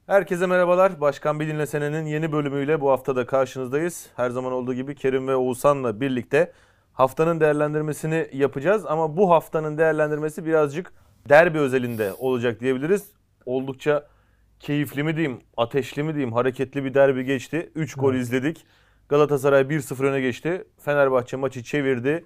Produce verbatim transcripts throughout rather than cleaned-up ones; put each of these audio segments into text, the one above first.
Herkese merhabalar. Başkan Bir Dinlesene'nin yeni bölümüyle bu hafta da karşınızdayız. Her zaman olduğu gibi Kerim ve Oğuzhan'la birlikte haftanın değerlendirmesini yapacağız. Ama bu haftanın değerlendirmesi birazcık derbi özelinde olacak diyebiliriz. Oldukça keyifli mi diyeyim, ateşli mi diyeyim, hareketli bir derbi geçti. üç gol Evet. izledik. Galatasaray bir sıfır öne geçti. Fenerbahçe maçı çevirdi.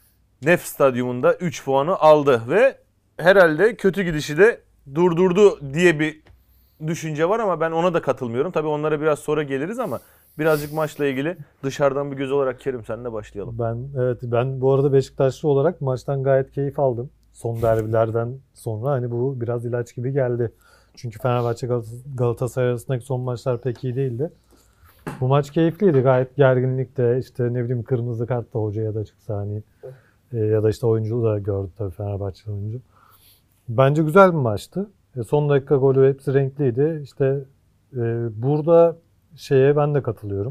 Nef Stadyumunda üç puanı aldı ve herhalde kötü gidişi de durdurdu diye bir düşünce var ama ben ona da katılmıyorum. Tabii onlara biraz sonra geliriz ama birazcık maçla ilgili dışarıdan bir göz olarak Kerim seninle başlayalım. Ben evet ben bu arada Beşiktaşlı olarak maçtan gayet keyif aldım. Son derbilerden sonra hani bu biraz ilaç gibi geldi. Çünkü Fenerbahçe Galata- Galatasaray arasındaki son maçlar pek iyi değildi. Bu maç keyifliydi. Gayet gerginlikte işte ne bileyim kırmızı kart da hocaya da çıksa hani e, ya da işte oyuncu da gördü tabii Fenerbahçe oyuncu. Bence güzel bir maçtı. E, son dakika golü hepsi renkliydi. İşte e, burada şeye ben de katılıyorum.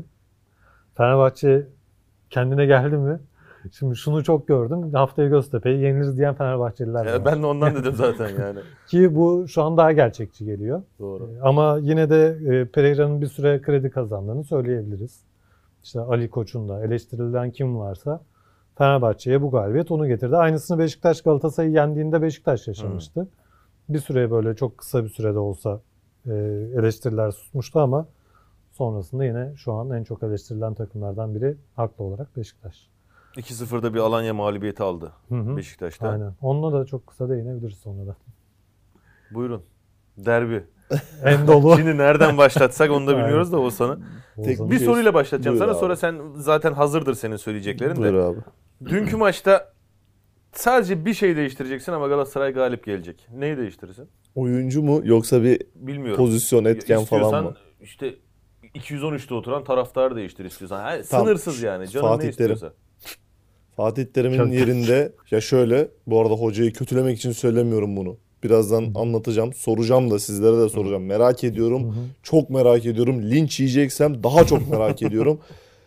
Fenerbahçe kendine geldi mi? Şimdi şunu çok gördüm. Haftaya Göztepe'yi yeniriz diyen Fenerbahçeliler de Ya var. ben de ondan dedim zaten yani. Ki bu şu an daha gerçekçi geliyor. Doğru. E, Ama yine de e, Pereira'nın bir süre kredi kazandığını söyleyebiliriz. İşte Ali Koç'un da eleştirilen kim varsa Fenerbahçe'ye bu galibiyet onu getirdi. Aynısını Beşiktaş Galatasaray'ı yendiğinde Beşiktaş yaşamıştı. Hmm. Bir süre böyle çok kısa bir sürede olsa e, eleştiriler susmuştu ama sonrasında yine şu an en çok eleştirilen takımlardan biri haklı olarak Beşiktaş. iki sıfırda bir Alanya mağlubiyeti aldı Hı hı. Beşiktaş'ta. Aynen. Onunla da çok kısa değinebiliriz sonra da. Buyurun. Derbi. En dolu. Şimdi nereden başlatsak onu da Aynen. bilmiyoruz da Oğuzhan'ı. Tek Bir soruyla başlatacağım Buyur sana abi. sonra sen zaten hazırdır senin söyleyeceklerin Buyur de. abi. Dünkü maçta sadece bir şey değiştireceksin ama Galatasaray galip gelecek. Neyi değiştirirsin? Oyuncu mu yoksa bir Bilmiyorum. pozisyon etken İstiyorsan falan mı? işte iki yüz on üçte oturan taraftarı değiştir istiyorsan. Ha, Tam sınırsız yani. Canın Fatih ne istiyorsa. Fatih Terim'in Çok- yerinde ya şöyle bu arada hocayı kötülemek için söylemiyorum bunu. Birazdan Hı hı. anlatacağım. Soracağım da sizlere de soracağım. Merak Hı ediyorum. hı. Çok merak ediyorum. Linç yiyeceksem daha çok merak ediyorum.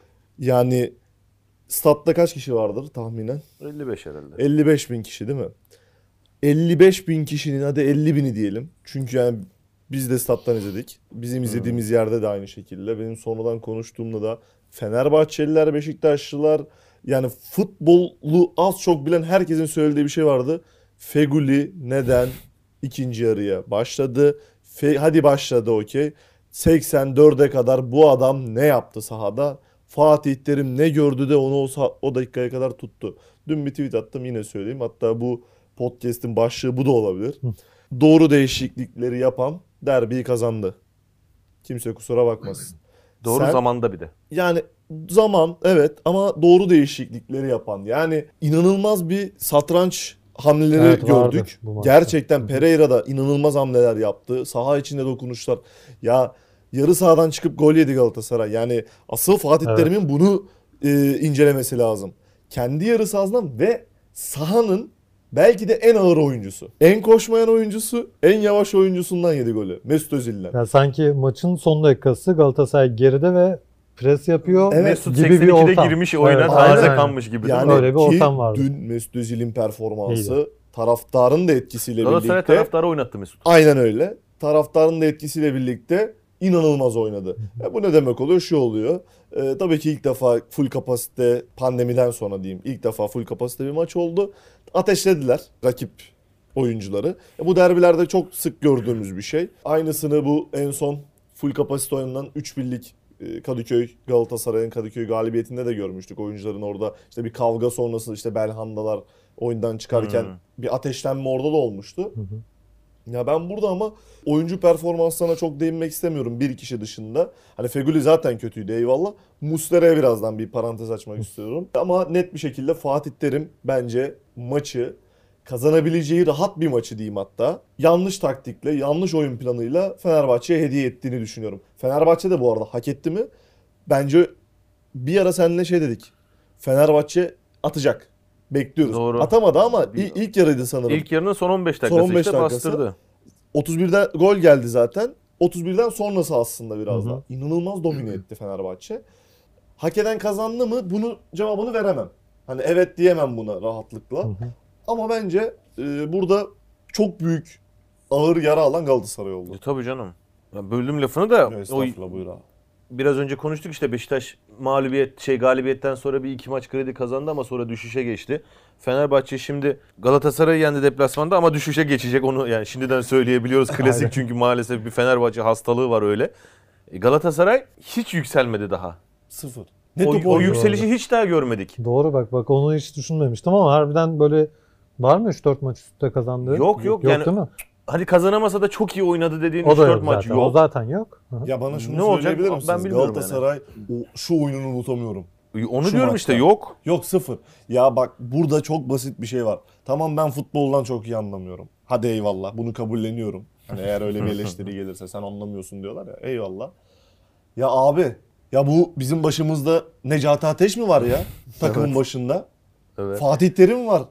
Yani statta kaç kişi vardır tahminen? elli beş herhalde. elli beş bin kişi değil mi? elli beş bin kişinin hadi elli bini diyelim. Çünkü yani biz de stat'tan izledik. Bizim izlediğimiz yerde de aynı şekilde. Benim sonradan konuştuğumda da Fenerbahçeliler, Beşiktaşlılar yani futbolu az çok bilen herkesin söylediği bir şey vardı. Feguli neden ikinci yarıya başladı? Fe, hadi başladı okey. seksen dörde kadar bu adam ne yaptı sahada? Fatih Terim ne gördü de onu o, sa- o dakikaya kadar tuttu. Dün bir tweet attım yine söyleyeyim. Hatta bu podcast'in başlığı bu da olabilir. Hı. Doğru değişiklikleri yapan derbiyi kazandı. Kimse kusura bakmasın. Doğru Sen- zamanda bir de. Yani zaman evet ama doğru değişiklikleri yapan. Yani inanılmaz bir satranç hamleleri Evet, vardı gördük. bu maçta. Gerçekten Pereira da inanılmaz hamleler yaptı. Saha içinde dokunuşlar. Ya yarı sahadan çıkıp gol yedi Galatasaray. Yani asıl Fatih Evet. Terim'in bunu e, incelemesi lazım. Kendi yarı sahasından ve sahanın belki de en ağır oyuncusu. En koşmayan oyuncusu, en yavaş oyuncusundan yedi golü. Mesut Özil'den. Yani sanki maçın son dakikası Galatasaray geride ve pres yapıyor Evet. Mesut gibi bir seksen ikide ortam. girmiş oyuna Evet, taze aynen. kanmış gibi değil Yani mi? Öyle bir ki ortam vardı. dün Mesut Özil'in performansı İyiydi. taraftarın da etkisiyle Galatasaray birlikte taraftarı oynattı Mesut. aynen öyle. Taraftarın da etkisiyle birlikte inanılmaz oynadı. E bu ne demek oluyor? Şu oluyor. E, tabii ki ilk defa full kapasite pandemiden sonra diyeyim. İlk defa full kapasite bir maç oldu. Ateşlediler rakip oyuncuları. E, bu derbilerde çok sık gördüğümüz bir şey. Aynısını bu en son full kapasite oynanan üç birlik e, Kadıköy Galatasaray'ın Kadıköy galibiyetinde de görmüştük. Oyuncuların orada işte bir kavga sonrası işte Belhandalar oyundan çıkarken Hmm. bir ateşlenme orada da olmuştu. Hı hı. Ya ben burada ama oyuncu performanslarına çok değinmek istemiyorum bir kişi dışında. Hani Feguli zaten kötüydü eyvallah. Muslera'ya birazdan bir parantez açmak istiyorum. Ama net bir şekilde Fatih Terim bence maçı kazanabileceği rahat bir maçı diyeyim hatta. Yanlış taktikle, yanlış oyun planıyla Fenerbahçe'ye hediye ettiğini düşünüyorum. Fenerbahçe de bu arada hak etti mi? Bence bir ara seninle şey dedik. Fenerbahçe atacak. Bekliyoruz. Doğru. Atamadı ama Bir- ilk, ilk yarıydı sanırım. İlk yarının son on beş dakikası on beş işte dakikası. bastırdı. otuz birden gol geldi zaten. otuz birden sonrası aslında biraz Hı hı. daha. İnanılmaz domine etti Fenerbahçe. Hak eden kazandı mı? Bunu cevabını veremem. Hani evet diyemem buna rahatlıkla. Hı hı. Ama bence e, burada çok büyük ağır yara alan Galatasaray oldu. E, tabii canım. Ya böldüm lafını da o, Estağfurullah, buyur abi. biraz önce konuştuk işte Beşiktaş mağlubiyet şey galibiyetten sonra bir iki maç kredi kazandı ama sonra düşüşe geçti. Fenerbahçe şimdi Galatasaray'ı yendi deplasmanda ama düşüşe geçecek, onu yani şimdiden söyleyebiliyoruz. Klasik çünkü maalesef bir Fenerbahçe hastalığı var öyle. E, Galatasaray hiç yükselmedi daha. Sıfır. O, top o oynuyor. yükselişi hiç daha görmedik. Doğru bak bak onu hiç düşünmemiştim ama harbiden böyle var mı üç dört maç üstte kazandığı? Yok, yok, yani değil mi? Hadi kazanamasa da çok iyi oynadı dediğin O üç da dört yok maç zaten. O yok. zaten yok. Hı hı. Ya bana şunu Ne olacak? söyleyebilir Ben misiniz? bilmiyorum Galatasaray o, şu oyununu unutamıyorum. Onu Şu diyorum maçta. işte yok. Yok, sıfır. Ya bak, burada çok basit bir şey var. Tamam, ben futboldan çok iyi anlamıyorum. Hadi eyvallah, bunu kabulleniyorum. Hani eğer öyle bir eleştiri gelirse sen anlamıyorsun diyorlar ya, eyvallah. Ya abi, ya bu bizim başımızda Necati Ateş mi var ya takımın Evet. başında? Evet. Fatih Terim var.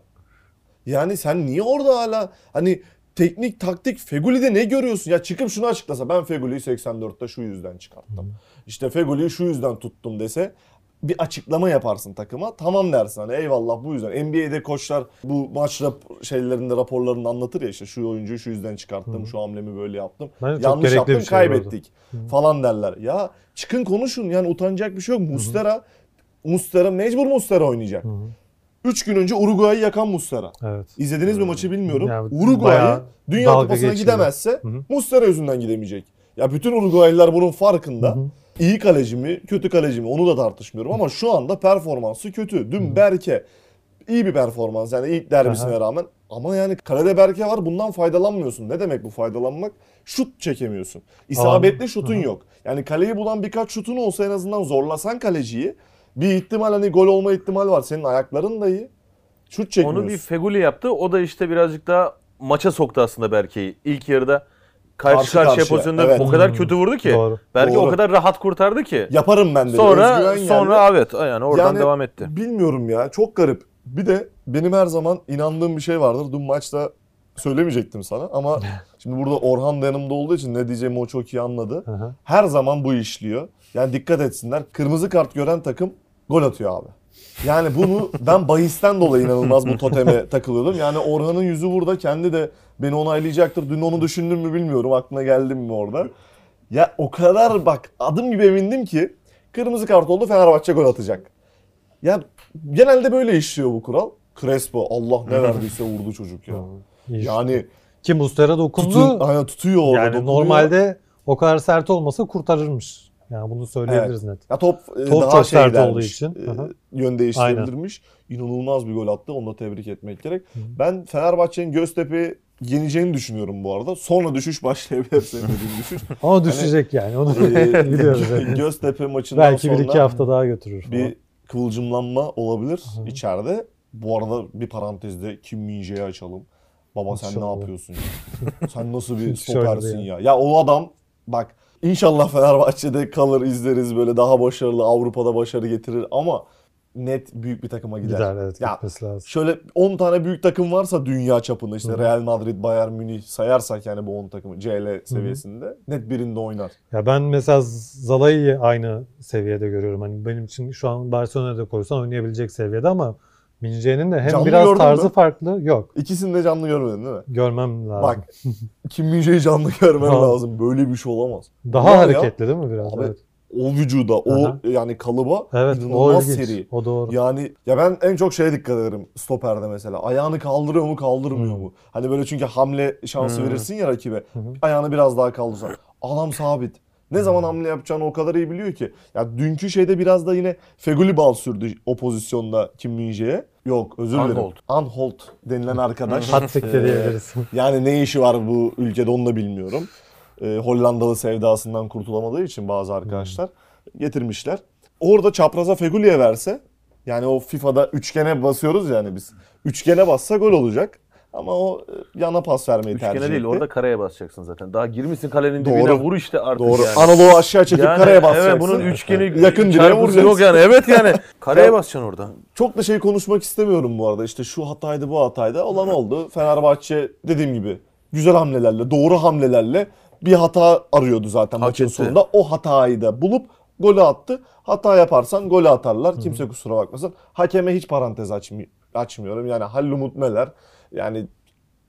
Yani sen niye orada hala hani teknik taktik Feguli'de ne görüyorsun? Ya çıkıp şunu açıklasa, ben Feguli'yi seksen dörtte şu yüzden çıkarttım. İşte Feguli'yi şu yüzden tuttum dese bir açıklama yaparsın takıma. Tamam dersin, hani eyvallah bu yüzden. N B A'de koçlar bu maç rap- şeylerinde raporlarında anlatır ya, işte şu oyuncuyu şu yüzden çıkarttım, şu hamlemi böyle yaptım. Bence çok Yanlış gerekli yaptım, bir şey kaybettik falan derler. Ya çıkın konuşun, yani utanacak bir şey yok. Muslera, Muslera mecbur Muslera oynayacak. Hı hı. Üç gün önce Uruguay'ı yakan Muslera. Evet. İzlediniz mi maçı bilmiyorum. Yani Uruguay'ı bayağı Dünya dalga Kupası'na geçildi. gidemezse Hı hı. Muslera yüzünden gidemeyecek. Ya bütün Uruguaylılar bunun farkında. Hı hı. İyi kaleci mi, kötü kaleci mi onu da tartışmıyorum ama şu anda performansı kötü. Dün Berke iyi bir performans, yani ilk derbisine Aha. rağmen, ama yani kalede Berke var, bundan faydalanmıyorsun. Ne demek bu faydalanmak? Şut çekemiyorsun. İsabetli Aa, şutun aha. yok. Yani kaleyi bulan birkaç şutun olsa, en azından zorlasan kaleciyi, bir ihtimal, hani gol olma ihtimali var. Senin ayakların da iyi. Şut çekmiyorsun. Onu bir Feguli yaptı. O da işte birazcık daha maça soktu aslında Berke'yi. İlk yarıda karşı, Karşı karşıya karşıya, pozisyonda evet. o kadar Hmm, kötü vurdu ki. doğru. Berke Doğru. o kadar rahat kurtardı ki. Yaparım ben dedi. Sonra Özgüven geldi. sonra evet yani oradan Yani devam etti. Bilmiyorum ya, çok garip. Bir de benim her zaman inandığım bir şey vardır. Dün maçta söylemeyecektim sana ama şimdi burada Orhan da yanımda olduğu için ne diyeceğimi o çok iyi anladı. Hı hı. Her zaman bu işliyor. Yani dikkat etsinler. Kırmızı kart gören takım gol atıyor abi. Yani bunu ben bahisten dolayı inanılmaz bu toteme takılıyordum. Yani Orhan'ın yüzü burada, kendi de beni onaylayacaktır. Dün onu düşündüm mü bilmiyorum. Aklına geldi mi orada? Ya o kadar bak, adım gibi emindim ki kırmızı kart oldu, Fenerbahçe gol atacak. Ya genelde böyle işliyor bu kural. Crespo, Allah ne verdiyse vurdu çocuk ya. İyi. Yani Ki Muslera dokundu. tutun, aynen tutuyor orada. Yani dokunuyor. normalde o kadar sert olmasa kurtarırmış. Yani bunu söyleyebiliriz net. Ya top, e, Top daha çok şey sert gidermiş, olduğu için. e, Aha. yön değiştirebilirmiş. İnanılmaz bir gol attı. Onu da tebrik etmek gerek. Hı. Ben Fenerbahçe'nin Göztepe'yi yeneceğini düşünüyorum bu arada. Sonra düşüş başlayabilir, senin dediğin düşüş. Ama düşecek yani. Onu Ee, biliyoruz. hepimiz. Göztepe maçından Belki bir sonra iki hafta daha götürür falan. bir kıvılcımlanma olabilir Hı. içeride. Bu arada bir parantezde Kim Min-jae'yi açalım. Baba sen İnşallah. ne yapıyorsun ya? Sen nasıl bir Şöyle stopersin ya. ya? Ya o adam bak, inşallah Fenerbahçe'de kalır, izleriz, böyle daha başarılı, Avrupa'da başarı getirir ama net büyük bir takıma gider. Gider evet, Ya gitmesi lazım. şöyle on tane büyük takım varsa dünya çapında, işte Hı. Real Madrid, Bayern Münih sayarsak, yani bu on takımı C L seviyesinde net birinde oynar. Ya ben mesela Zalai'yi aynı seviyede görüyorum. Hani benim için şu an Barcelona'da koysan oynayabilecek seviyede ama Min-jae'nin de hem Canlı biraz gördün tarzı mü? farklı. Yok. İkisini de canlı görmedin değil mi? Görmem lazım. Bak, Kim Min-jae'yi canlı görmen Ha. lazım. Böyle bir şey olamaz. Daha Ulan ya, hareketli değil mi biraz? Abi, Evet. o vücuda, o Aha. yani kalıba Evet, o inanılmaz ilginç. seri. O doğru. Yani ya ben en çok şeye dikkat ederim stoperde mesela. Ayağını kaldırıyor mu, kaldırmıyor Hmm. mu? Hani böyle, çünkü hamle şansı Hmm. verirsin ya rakibe. Hı hı. Ayağını biraz daha kaldırsan. Adam sabit. Ne zaman hamle yapacağını o kadar iyi biliyor ki. Ya dünkü şeyde biraz da yine Feguli bal sürdü o pozisyonda Kim Min-jae'ye. Yok, özür dilerim. Unhold. Unhold denilen arkadaş. Hat-trick de Ee, diyebiliriz. Yani ne işi var bu ülkede onu da bilmiyorum. Ee, Hollandalı sevdasından kurtulamadığı için bazı arkadaşlar getirmişler. Orada çapraza Feguli'ye verse, yani o FIFA'da üçgene basıyoruz yani biz. Üçgene bassa gol olacak. Ama o e, yana pas vermeyi tercih Üçgene etti. değil, orada kareye basacaksın zaten. Daha girmişsin kalenin dibine, Doğru. vur işte artık Doğru. yani. Anadolu aşağı çekip Yani kareye basacaksın. Evet, bunun üçgeni Yakın direğe çarpısı vuracaksın. yok yani. Evet yani. Kareye Ya- basacaksın orada. Çok da şey konuşmak istemiyorum bu arada. İşte şu hataydı, bu hataydı. Olan oldu. Fenerbahçe dediğim gibi güzel hamlelerle, doğru hamlelerle bir hata arıyordu zaten Hak maçın etti. sonunda. O hatayı da bulup golü attı. Hata yaparsan golü atarlar. Kimse kusura bakmasın. Hakeme hiç parantez açmı- açmıyorum. Yani Hallumut Meler, yani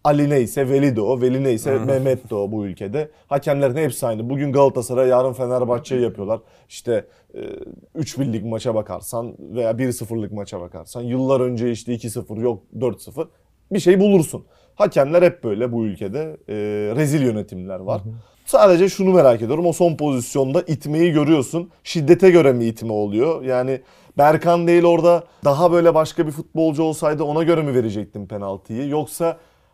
Ali neyse Veli de o, Veli neyse Hı. Mehmet de o bu ülkede. Hakemlerin hepsi aynı. Bugün Galatasaray, yarın Fenerbahçe'yi yapıyorlar. İşte e, üç birlik maça bakarsan veya bir sıfırlık maça bakarsan, yıllar önce işte iki sıfır yok dört sıfır bir şey bulursun. Hakemler hep böyle bu ülkede. E, rezil yönetimler var. Hı hı. Sadece şunu merak ediyorum. O son pozisyonda itmeyi görüyorsun. Şiddete göre mi itme oluyor? Yani Berkan değil orada, daha böyle başka bir futbolcu olsaydı ona göre mi verecektin penaltıyı? Yoksa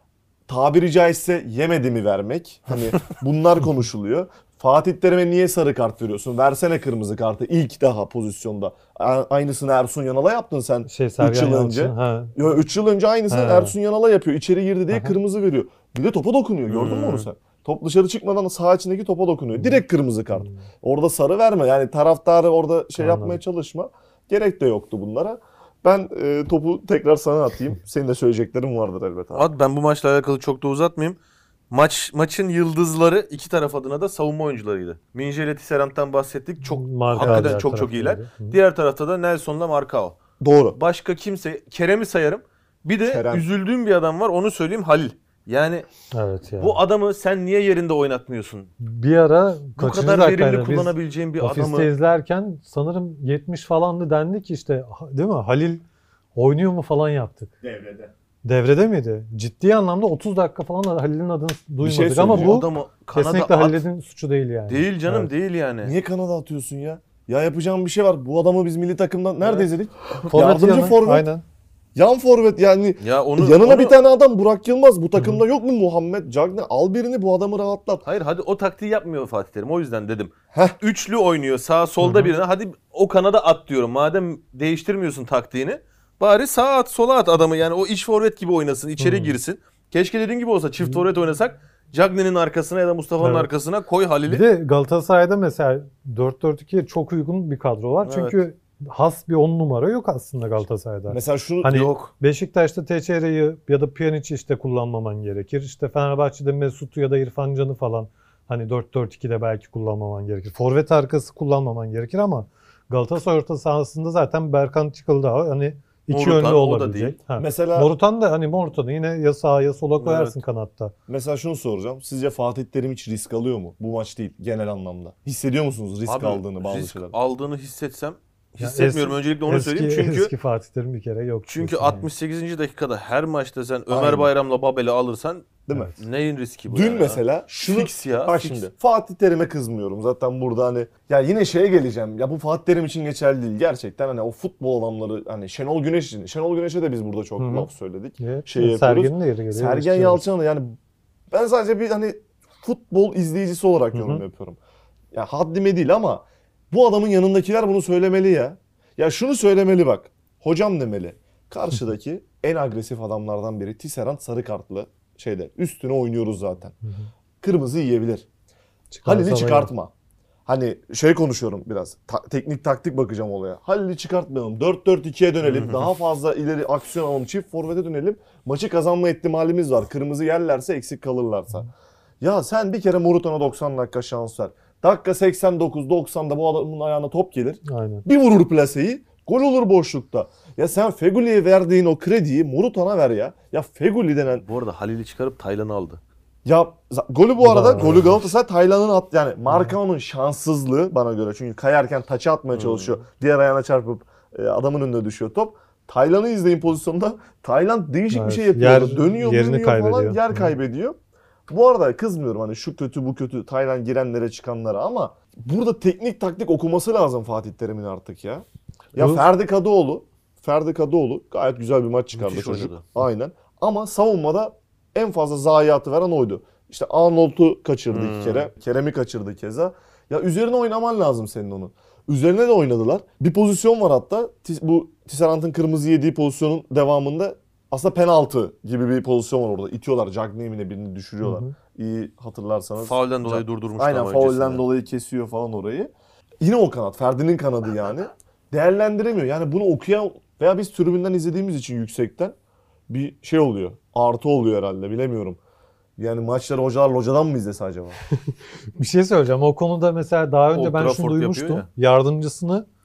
tabiri caizse yemedi mi vermek? Hani bunlar konuşuluyor. Fatih Terim'e niye sarı kart veriyorsun? Versene kırmızı kartı ilk daha pozisyonda. A- Aynısını Ersun Yanal'a yaptın sen Şey üç Sergen yıl önce. Yalçın. Ha. üç yıl önce aynısını He. Ersun Yanal'a yapıyor. İçeri girdi diye Aha. kırmızı veriyor. Bir de topa dokunuyor. Gördün mü Hmm. onu sen? Top dışarı çıkmadan saha içindeki topa dokunuyor. Direkt kırmızı kart. Hmm. Orada sarı verme. Yani taraftarı orada şey Anladım. yapmaya çalışma. Gerek de yoktu bunlara. Ben e, topu tekrar sana atayım. Senin de söyleyeceklerin vardır elbette abi. Abi ben bu maçla alakalı çok da uzatmayayım. Maç maçın yıldızları iki taraf adına da savunma oyuncularıydı. Minje ile Tisserand'dan bahsettik. Çok Marka hakikaten diğer çok çok iyiler. taraftarı. Hı. Diğer tarafta da Nelson'la Marcao. Doğru. Başka kimse, Kerem'i sayarım. Bir de Kerem. üzüldüğüm bir adam var, onu söyleyeyim, Halil. Yani Evet ya. bu adamı sen niye yerinde oynatmıyorsun? Bir ara Bu kaçıncı kadar verimli dakikaydı? Biz kullanabileceğin bir ofiste adamı. izlerken sanırım yetmiş falandı, dendi ki işte ha- değil mi? Halil oynuyor mu falan yaptık. Devrede. Devrede miydi? Ciddi anlamda otuz dakika falan da Halil'in adını duymadık şey ama söyleyeceğim. bu adamı Kanada kesinlikle at. Halil'in suçu değil yani. Değil canım, Evet. değil yani. Niye Kanada atıyorsun ya? Ya yapacağım bir şey var. Bu adamı biz milli takımdan nerede Evet. izledik? Forvet Yardımcı yanı, forvet. Aynen. Yan forvet yani. Ya onu Yanına onu- bir tane adam Burak Yılmaz. Bu takımda yok mu Muhammed Cagne? Al birini, bu adamı rahatlat. Hayır, hadi o taktiği yapmıyor Fatih Terim. O yüzden dedim. Heh. Üçlü oynuyor sağ solda Hı hı. birine. Hadi o kanada at diyorum. Madem değiştirmiyorsun taktiğini, bari sağa at sola at adamı. Yani o iç forvet gibi oynasın, içeri Hı. girsin. Keşke dediğin gibi olsa çift forvet oynasak. Cagne'nin arkasına ya da Mustafa'nın Evet. arkasına koy Halil'i. Bir de Galatasaray'da mesela dört dört ikiye çok uygun bir kadro var. Çünkü has bir on numara yok aslında Galatasaray'da. Mesela şunu Hani Yok. Beşiktaş'ta Teixeira'yı ya da Pjanic'i işte kullanmaman gerekir. İşte Fenerbahçe'de Mesut'u ya da İrfan Can'ı falan hani dört dört ikide belki kullanmaman gerekir. Forvet arkası kullanmaman gerekir ama Galatasaray orta sahasında zaten Berkan çıkıldı. Hani iki Morutan, yönlü o da olabilecek. değil. Ha. mesela Morutan da hani Morutan'ı yine ya sağa ya sola koyarsın Evet. kanatta. mesela şunu soracağım. Sizce Fatih Terim hiç risk alıyor mu? Bu maç değil, genel anlamda. Hissediyor musunuz risk Abi, aldığını bazı risk şeyler? aldığını hissetsem Ya hissetmiyorum. eski- Öncelikle onu eski, söyleyeyim. Çünkü eski Fatih Terim bir kere yok. çünkü diyorsun yani. altmış sekizinci dakikada her maçta sen Ömer Aynen. Bayram'la Babel'i alırsan Değil mi? Evet. neyin riski bu Dün yani? mesela şunu Fix ya. bak fix. şimdi Fatih Terim'e kızmıyorum. Zaten burada hani ya yine şeye geleceğim. Ya bu Fatih Terim için geçerli değil. Gerçekten hani o futbol adamları hani Şenol Güneş için. Şenol Güneş'e de biz burada çok Hı hı. laf söyledik. Evet, şey yapıyoruz. Sergen'in de yeri geliyor. Sergen eleştiriyoruz. Yalçın'ı yani ben sadece bir hani futbol izleyicisi olarak Hı hı. yorum yapıyorum. Ya haddime değil ama bu adamın yanındakiler bunu söylemeli ya. Ya şunu söylemeli bak. Hocam demeli. Karşıdaki en agresif adamlardan biri Tisserand sarı kartlı şeyde. Üstüne oynuyoruz zaten. Hı hı. Kırmızı yiyebilir. Çıkarsa Halil'i da çıkartma. Hani şey konuşuyorum biraz. Ta- teknik taktik bakacağım olaya. Halil'i çıkartmayalım. dört dört ikiye dönelim. Daha fazla ileri aksiyon alalım. Çift forvete dönelim. Maçı kazanma ihtimalimiz var. Kırmızı yerlerse, eksik kalırlarsa. Ya sen bir kere Morutan'a doksan dakika şans ver. Dakika seksen dokuz doksanda bu adamın ayağına top gelir. Aynen. Bir vurur plaseyi. Gol olur boşlukta. Ya sen Fegüli'ye verdiğin o krediyi Morutan'a ver ya. Ya Fegüli denen Bu arada Halil'i çıkarıp Taylan'ı aldı. ya za- golü bu Bu arada da- golü Galatasaray Taylan'ın at yani Marcao'nun şanssızlığı bana göre. Çünkü kayarken taça atmaya çalışıyor. Diğer ayağına çarpıp e, adamın önüne düşüyor top. Taylan'ı izleyin pozisyonda. Taylan değişik Evet, bir şey yapıyor. yer- orada. Dönüyor, yerini dönüyor falan kaybediyor. yer Hı. kaybediyor. Bu arada kızmıyorum hani şu kötü bu kötü Taylan girenlere çıkanlara ama burada teknik taktik okuması lazım Fatih Terim'in artık ya. Ya Bu- Ferdi Kadıoğlu, Ferdi Kadıoğlu gayet güzel bir maç çıkardı Müthiş çocuk. oynadı. Aynen. Ama savunmada en fazla zayiatı veren oydu. İşte Arnold'u kaçırdı Hmm. iki kere. Kerem'i kaçırdı keza. Ya üzerine oynaman lazım senin onu. Üzerine de oynadılar. Bir pozisyon var hatta. Tis- Bu Tisserand'ın kırmızı yediği pozisyonun devamında aslında penaltı gibi bir pozisyon var orada. İtiyorlar. Cagney'ine birini düşürüyorlar. Hı hı. İyi hatırlarsanız. Faulden dolayı durdurmuştu Aynen ama faulden öncesinde. dolayı kesiyor falan orayı. Yine o kanat. Ferdi'nin kanadı yani. Değerlendiremiyor. Yani bunu okuyan veya biz tribünden izlediğimiz için yüksekten bir şey oluyor. Artı oluyor herhalde bilemiyorum. Yani maçları hocalar hocadan mı izlese acaba? Bir şey söyleyeceğim. O konuda mesela daha önce Old ben şunu Trafford yapıyor duymuştum. ya. Yardımcısını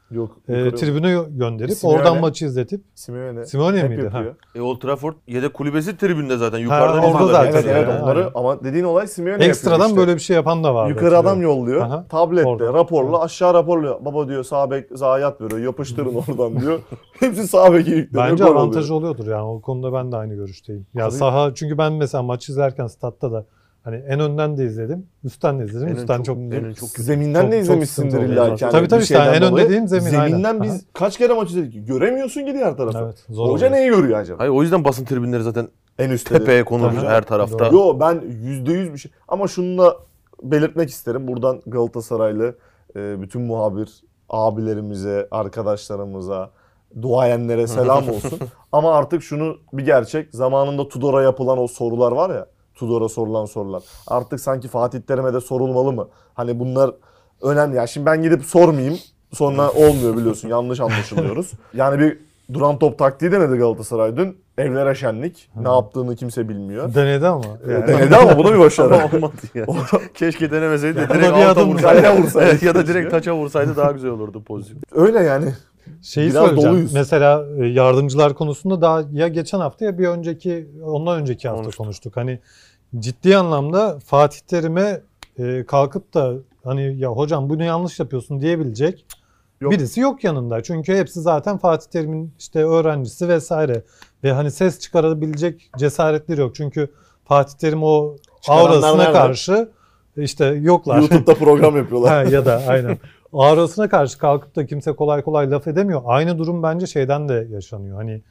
Yok. e, yukarı- tribüne gönderip Simeone. oradan maçı izletip Simeone. Simeone Hep miydi? yapıyor. E, Old Trafford yedek kulübesi tribünde zaten. Yukarıdan orada izliyorlar. zaten Evet evet yani, onları aynen. ama dediğin olay Simeone Ekstradan yapıyor işte. böyle bir şey yapan da var. Yukarı adam yolluyor. Aha, Tablette, orada. raporla aşağı raporluyor. Baba diyor sağ bek zayiat veriyor. Yapıştırın oradan diyor. Hepsi sağ beke yükleniyor. Bence gol avantajı oluyor. oluyordur yani o konuda ben de aynı görüşteyim. Ya Abi- saha çünkü ben mesela maç izlerken statta da hani en önden de izledim, üstten de izledim. En üstten çok- çok, en çok kötü. Zeminden Çok- de çok izlemişsindir sıkıntı illa oluyor ki. Yani tabii bir tabii işte şeyden en önde dolayı. dediğim zemin, Zeminden aynen. biz Aha. kaç kere maç izledik. Göremiyorsun ki diğer tarafı. Evet, zor Hoca oluyor. neyi görüyor acaba? Hayır, o yüzden basın tribünleri zaten En üstte. tepeye konulmuş Tabii. her tarafta. Doğru. Yo ben yüzde yüz bir şey. Ama şunu da belirtmek isterim. Buradan Galatasaraylı e, bütün muhabir abilerimize, arkadaşlarımıza, duayenlere selam olsun. Ama artık şunu bir gerçek. Zamanında Tudor'a yapılan o sorular var ya. Tudor'a sorulan sorular. Artık sanki Fatih Terim'e de sorulmalı mı? Hani bunlar önemli. Yani şimdi ben gidip sormayayım. Sonra olmuyor biliyorsun. Yanlış anlaşılıyoruz. Yani bir duran top taktiği denedi Galatasaray dün. Evlere şenlik. Ne yaptığını kimse bilmiyor. Denedi ama. Yani. Denedi ama bu da bir başarı. Ama olmadı ya. Keşke denemeseydi de Ya, direkt buna bir alta adım vursaydı. kaleye vursaydı. Evet, ya da direkt taça vursaydı daha güzel olurdu pozisyon. Öyle yani. Şeyi Biraz söyleyeceğim. doluyuz. Mesela e, yardımcılar konusunda daha ya geçen hafta ya bir önceki ondan önceki hafta Konuştuk. konuştuk. Hani ciddi anlamda Fatih Terim'e e, kalkıp da hani ya hocam bunu yanlış yapıyorsun diyebilecek Yok. birisi yok yanında. Çünkü hepsi zaten Fatih Terim'in işte öğrencisi vesaire. Ve hani ses çıkarabilecek cesaretleri yok. Çünkü Fatih Terim o Çıkaranlar aurasına nerede? karşı işte yoklar. YouTube'da program yapıyorlar. Ha, ya da aynen. Aurasına karşı kalkıp da kimse kolay kolay laf edemiyor. Aynı durum bence şeyden de yaşanıyor. Hani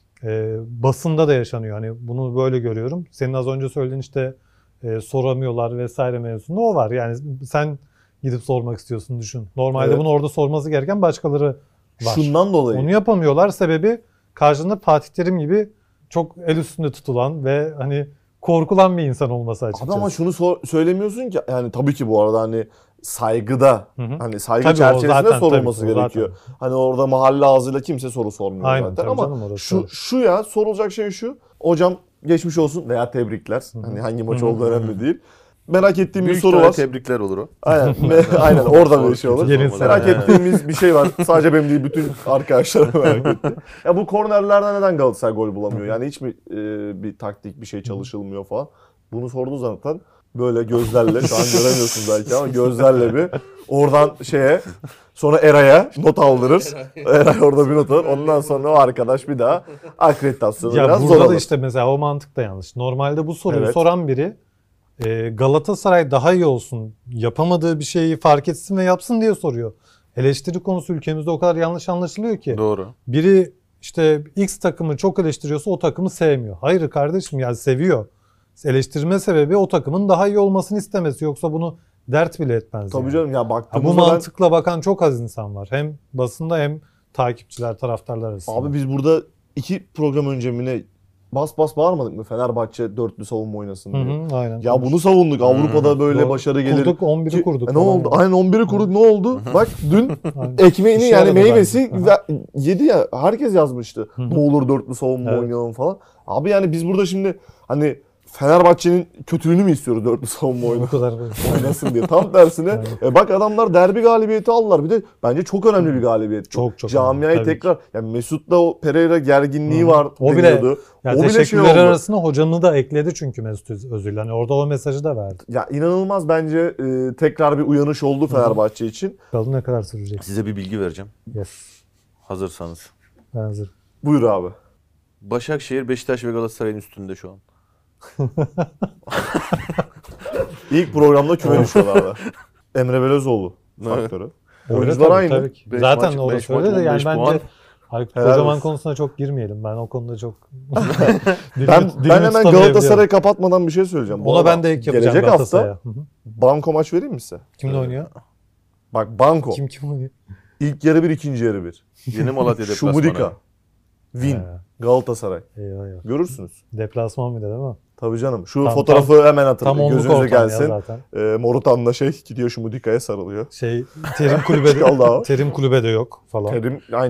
e, basında da yaşanıyor. Hani bunu böyle görüyorum. Senin az önce söylediğin işte e, soramıyorlar vesaire mevzusunda o var. Yani sen gidip sormak istiyorsun düşün. Normalde Evet. bunu orada sorması gereken başkaları var. Şundan dolayı. Onu yapamıyorlar. Sebebi karşında Fatih Terim gibi çok el üstünde tutulan ve hani korkulan bir insan olması açıkçası. Abi ama şunu sor- söylemiyorsun ki yani tabii ki bu arada hani saygıda Hı hı. hani saygı Tabii o çerçevesinde zaten, sorulması tabii ki o gerekiyor. zaten. Hani orada mahalle ağzıyla kimse soru sormuyor Aynen, zaten tabii ama canım, orası şu öyle. şu ya sorulacak şey şu. Hocam geçmiş olsun veya tebrikler. Hani hangi maç Hı hı. olduğu önemli değil. Merak ettiğim bir Büyük soru ihtimalle var. tebrikler olur o. Aynen. Me- Aynen orada bir şey olur. Yeni Merak sene. ettiğimiz bir şey var. Sadece benim değil bütün arkadaşlarım merak etti. Ya bu kornerlerden neden Galatasaray gol bulamıyor? Yani hiç mi e, bir taktik bir şey çalışılmıyor falan? Bunu sordu zaten. Böyle gözlerle şu an göremiyorsun belki ama gözlerle bir oradan şeye sonra Eray'a not aldırır. Eray orada bir not alır. Ondan sonra o arkadaş bir daha akreditasyonu Ya biraz zor burada da alır. işte mesela o mantık da yanlış. Normalde bu soruyu Evet. soran biri e, Galatasaray daha iyi olsun, yapamadığı bir şeyi fark etsin ve yapsın diye soruyor. Eleştiri konusu ülkemizde o kadar yanlış anlaşılıyor ki. Doğru. Biri işte X takımı çok eleştiriyorsa o takımı sevmiyor. Hayır kardeşim yani seviyor. Eleştirme sebebi o takımın daha iyi olmasını istemesi. Yoksa bunu dert bile etmez. Tabii yani. canım ya Ha, bu baktığımızda ben... mantıkla bakan çok az insan var. Hem basında hem takipçiler, taraftarlar arasında. Abi biz burada iki program önce mi ne bas bas bağırmadık mı Fenerbahçe dörtlü savunma oynasın Hı diye. hı, aynen. Ya bunu savunduk. Avrupa'da böyle Doğru. başarı gelir. Kurduk, on biri Ki- kurduk. E ne falan. oldu? Aynen on biri kurduk. Ne oldu? Bak dün Aynen. ekmeğini İşe yani yaradı meyvesi bence. ve- yedi ya. Herkes yazmıştı. Hı hı. Ne olur dörtlü savunma Evet. oynayalım falan. Abi yani biz burada şimdi hani Fenerbahçe'nin kötülüğünü mü istiyoruz dörtlü savunma oyunu? Bu kadar. oynasın diye. Tam tersine Aynen. e bak adamlar derbi galibiyeti aldılar. Bir de bence çok önemli bir galibiyet. bu. Çok çok Camiayı önemli, tabii tekrar yani Mesut'la o Pereira gerginliği Hı. var O bile- deniyordu. Ya O bile şey teşekkürler oldu. arasında hocanı da ekledi çünkü Mesut Özil. Hani orada o mesajı da verdi. Ya inanılmaz bence e, tekrar bir uyanış oldu Fenerbahçe için. Bakalım ne kadar sürecek. Size bir bilgi vereceğim. Yes. Hazırsanız. Ben hazırım. Buyur abi. Başakşehir, Beşiktaş ve Galatasaray'ın üstünde şu an. İlk programda küme düşüyorlardı. Emre Belözoğlu faktörü. Öyle Oyuncular tabii, aynı. tabii ki. Beş Zaten maç- orada beş maç, öyle de on yani beş bence puan. Aykut Helal Kocaman olsun. konusuna çok girmeyelim. Ben o konuda çok Ben, Dilimi- ben dilimi hemen tutamayabiliyorum. Galatasaray'ı kapatmadan bir şey söyleyeceğim. Bu Ona arada ben de ek yapacağım gelecek Galatasaray'a. hafta Hı hı. banko maç vereyim mi size? Kimle oynuyor? Bak banko. Kim kim oynuyor? İlk yarı bir, ikinci yarı bir. Yeni Malatya deplasmanı. Şumudika. Win. He. Galatasaray. Eyvah eyvah. Görürsünüz. Deplasman bir de değil mi? Tabii canım. Şu Tam- fotoğrafı hemen hatırlayın. Tam onluk Gözünüze ortam ya gelsin. zaten. Ee, Morutan'la şey gidiyor Şumudika'ya sarılıyor. Şey Terim kulübede Kaldı abi. Terim kulübede yok falan. Terim aynen.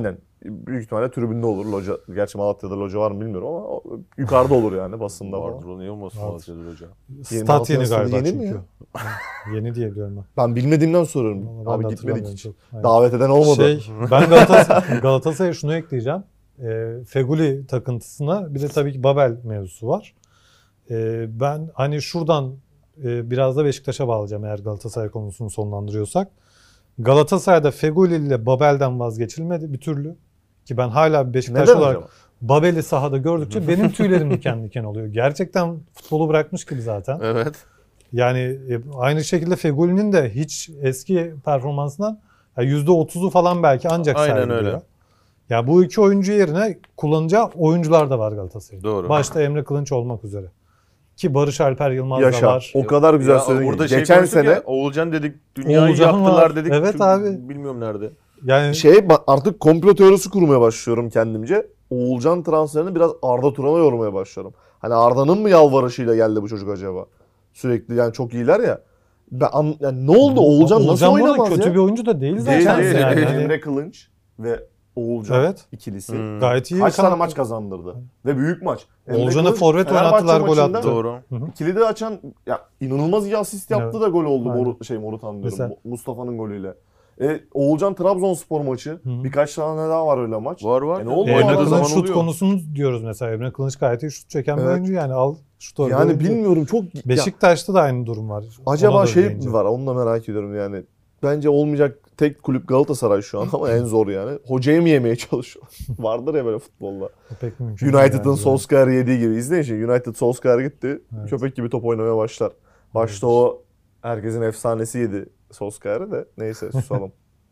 büyük ihtimalle tribünde olur. Loca, gerçi Malatya'da loca var mı bilmiyorum ama o yukarıda olur yani basında Vardır falan. o niye olmasın Vardır. Malatya'dır hocam. Stat yeni Malatya'nın galiba yeni çünkü. mi ya? Yeni diye biliyorum ben. Ben bilmediğimden soruyorum. Vallahi ben Abi de gitmedik hatırlamıyorum hiç. çok. Aynen. Davet eden olmadı. Şey, ben Galatasaray, Galatasaray'a şunu ekleyeceğim. E, Feguli takıntısına bir de tabii ki Babel mevzusu var. E, ben hani şuradan e, biraz da Beşiktaş'a bağlayacağım eğer Galatasaray konusunu sonlandırıyorsak. Galatasaray'da Feguli ile Babel'den vazgeçilmedi bir türlü. Ki ben hala bir Beşiktaşlı Neden olarak acaba? Babel'i sahada gördükçe benim tüylerim diken diken oluyor. Gerçekten futbolu bırakmış gibi zaten. Evet. Yani e, aynı şekilde Feguli'nin de hiç eski performansından yani yüzde otuzu falan belki ancak Aynen sergiliyor. öyle. Ya bu iki oyuncu yerine kullanacağı oyuncular da var Galatasaray'ın. Doğru. Başta Emre Kılınç olmak üzere. Ki Barış Alper Yılmaz da Yaşa. var. O kadar güzel Ya söyledin. burada ki. şey Geçen konuştuk sene ya, Oğulcan dedik, dünyayı Oğulcan yaktılar var. dedik. Evet Çünkü abi. Bilmiyorum nerede. Yani şey ba- artık komplo teorisi kurmaya başlıyorum kendimce. Oğulcan transferini biraz Arda Turan'a yormaya başlıyorum. Hani Arda'nın mı yalvarışıyla geldi bu çocuk acaba? Sürekli yani çok iyiler ya. Ben an- yani ne oldu? Oğulcan nasıl Oğulcan bu arada oynamaz kötü ya? bir oyuncu da değil zaten. Değil, yani. değil, Yani değil. hani Emre Kılınç ve Oğulcan Evet. ikilisi. Hmm. gayet iyi. Kaç kanat- tane maç kazandırdı? Ve büyük maç. Emre Oğulcan'a Kılınç, forvet Fenerbahçe oynattılar, gol maçında attı. Doğru. İkili de açan ya inanılmaz iyi asist yaptı Evet. da gol oldu. Aynen. Moru, şey Morutan diyorum. Mesela- Mu- Mustafa'nın golüyle. E, Oğulcan Trabzonspor maçı. Hı. Birkaç tane daha var öyle maç. Var var. E ne oldu? Emre Oynadığı Oynadığı zaman Kılınç şut oluyor. konusunu diyoruz mesela. Emre Kılınç gayet iyi şut çeken bir Evet. oyuncu yani. Al şut oynuyor. Yani bilmiyorum çok... Ya, Beşiktaş'ta da aynı durum var. Ona acaba da şey değineceğim. mi var? Onu da merak ediyorum yani. Bence olmayacak tek kulüp Galatasaray şu an ama en zor yani. Hocayı mı yemeye çalışıyor? Vardır ya böyle futbolda. Pek mümkün değil United'ın yani. Solskjaer yediği gibi. İzleyin şimdi. United Solskjaer gitti. Evet. Köpek gibi top oynamaya başlar. Başta o herkesin efsanesi yedi Solskjaer'i de. Neyse susalım.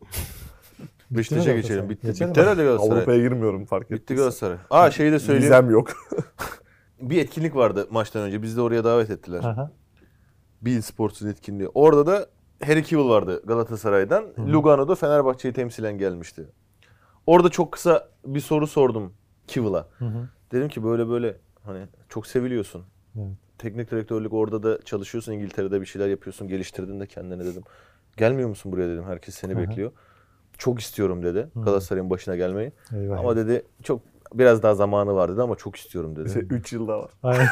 Beşiktaş'a Galatasaray? geçelim. Bitti. Geçelim Bitti mi? herhalde Galatasaray. Avrupa'ya girmiyorum fark ettiysen. Bitti Galatasaray. Aa şeyi de söyleyeyim. Vizem yok. Bir etkinlik vardı maçtan önce. Bizi de oraya davet ettiler. Aha. Bein Sports'un etkinliği. Orada da Harry Kewell vardı Galatasaray'dan. Lugano'da Fenerbahçe'yi temsilen gelmişti. Orada çok kısa bir soru sordum Kewell'a. Hı hı. Dedim ki böyle böyle hani çok seviliyorsun. Evet. Teknik direktörlük orada da çalışıyorsun. İngiltere'de bir şeyler yapıyorsun. Geliştirdin de kendini dedim. Gelmiyor musun buraya dedim. Herkes seni Hı hı. bekliyor. Çok istiyorum dedi. Hı. Galatasaray'ın başına gelmeyi. Eyvah. Ama dedi çok biraz daha zamanı var dedi ama çok istiyorum dedi. üç yılda var. Aynen.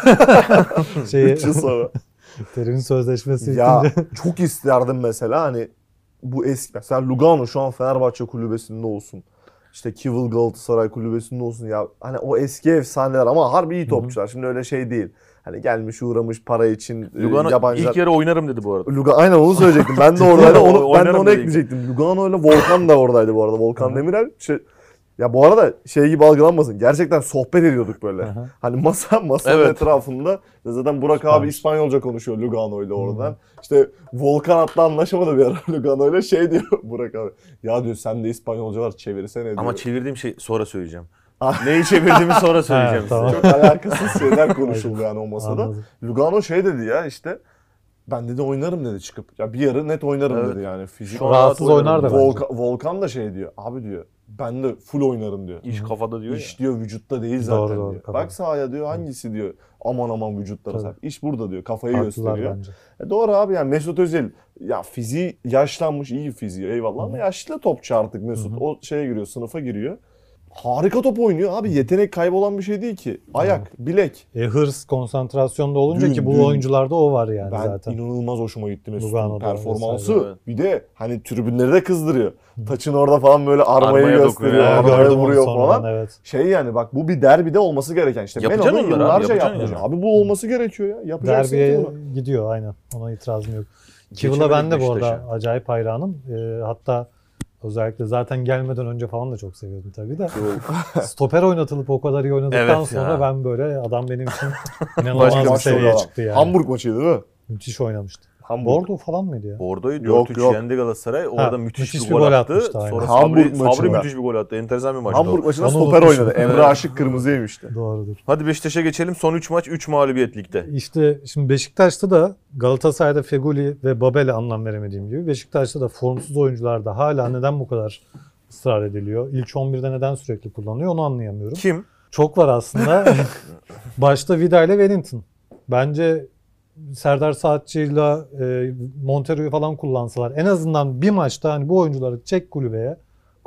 Şeyi, üç yıl sonra. Terim'in sözleşmesi Ya bitince. çok isterdim mesela hani bu eski mesela Lugano şu an Fenerbahçe kulübesinde olsun. İşte Kewell Galatasaray kulübesinde olsun ya. Hani o eski efsaneler ama harbi iyi topçular. Şimdi öyle şey değil. Hani gelmiş uğramış para için e, Lugano yabancılar. ilk yarı oynarım dedi bu arada. Luga aynen onu söyleyecektim. Ben de oradaydım. Onu, ben de Oynarım onu dedi. ekleyecektim. Lugano ile Volkan da oradaydı bu arada. Volkan Hı. Demirel. Şey, ya bu arada şey gibi algılanmasın. Gerçekten sohbet ediyorduk böyle. Aha. Hani masa masanın Evet. etrafında zaten Burak abi Süpermiş. İspanyolca konuşuyor Lugano ile oradan. Hı. İşte Volkan hatta anlaşamadı bir ara Lugano ile şey diyor Burak abi. Ya diyor sende İspanyolca var çevirsene diyor. Ama çevirdiğim şey sonra söyleyeceğim. Ah. Neyi çevirdiğimi sonra söyleyeceğim Ha, size. tamam. Çok alakasız şeyler konuşuldu yani o masada. Anladım. Lugano şey dedi ya işte ben dedi oynarım dedi çıkıp. Ya bir yarı net oynarım Evet. dedi yani. Fizik. Şu an Rahatsız rahat oynar da oynarım. bence. Volkan, Volkan da şey diyor. Abi diyor ben de full oynarım diyor. İş kafada diyor İş diyor vücutta değil zaten Doğru, doğru, diyor. kafada. Bak sahaya diyor hangisi diyor aman aman vücutlara Tabii. sahip. İş burada diyor kafayı Haklılar gösteriyor. bence. E doğru abi yani Mesut Özil ya fiziği yaşlanmış iyi fiziği eyvallah ama yaşlı topçu artık Mesut. Hı hı. O şeye giriyor sınıfa giriyor. Harika top oynuyor abi yetenek kaybolan bir şey değil ki. Ayak, bilek. E, hırs, konsantrasyonda olunca Dün, ki bu dün. oyuncularda o var yani Ben zaten. inanılmaz hoşuma gitti Mesut'un Lugano'da performansı. vesaire. Bir de hani tribünleri de kızdırıyor. Taçın orada falan böyle armayı Armaya gösteriyor, dokunuyor. armaya Gördüm onu vuruyor sonradan, falan. evet. Şey yani bak bu bir derbide olması gereken işte. Yapacaksın Meno'nun onları abi, yıllarca yapacaksın yapmış. yani. Abi bu olması gerekiyor ya. Yapacaksın Derbiye bunu. gidiyor aynen. Ona itirazım yok. Geçemedik Kivul'a ben de bu arada Beşiktaş'a. acayip hayranım. Ee, hatta özellikle zaten gelmeden önce falan da çok seviyordum tabii de. Stoper oynatılıp o kadar iyi oynadıktan Evet sonra ya. ben böyle adam benim için Başka inanılmaz bir Başka seviyeye adam. çıktı yani. Hamburg maçıydı değil mi? Müthiş oynamıştı. Hamburg. Bordo falan mıydı ya? Bordo'yu Yok, dört üç yok. yendi Galatasaray. Orada müthiş, müthiş bir gol attı. atmıştı, aynen. Sonra Hamburg Sabri, Sabri maçında. müthiş bir gol attı. Enteresan bir maçtı Hamburg o. maçında Onu stoper unutmuşum. oynadı. Emre Evet. Aşık kırmızı yemişti. Doğrudur. Hadi Beşiktaş'a geçelim. Son üç maç üç mağlubiyet ligde. İşte şimdi Beşiktaş'ta da Galatasaray'da Feguli ve Babel'e anlam veremediğim gibi Beşiktaş'ta da formsuz oyuncularda hala neden bu kadar ısrar ediliyor? İlk on birde neden sürekli kullanılıyor onu anlayamıyorum. Kim? Çok var aslında. Başta Vida ile Wellington. Bence Serdar Saatçı'yla e, Montero'yu falan kullansalar en azından bir maçta hani bu oyuncuları çek kulübeye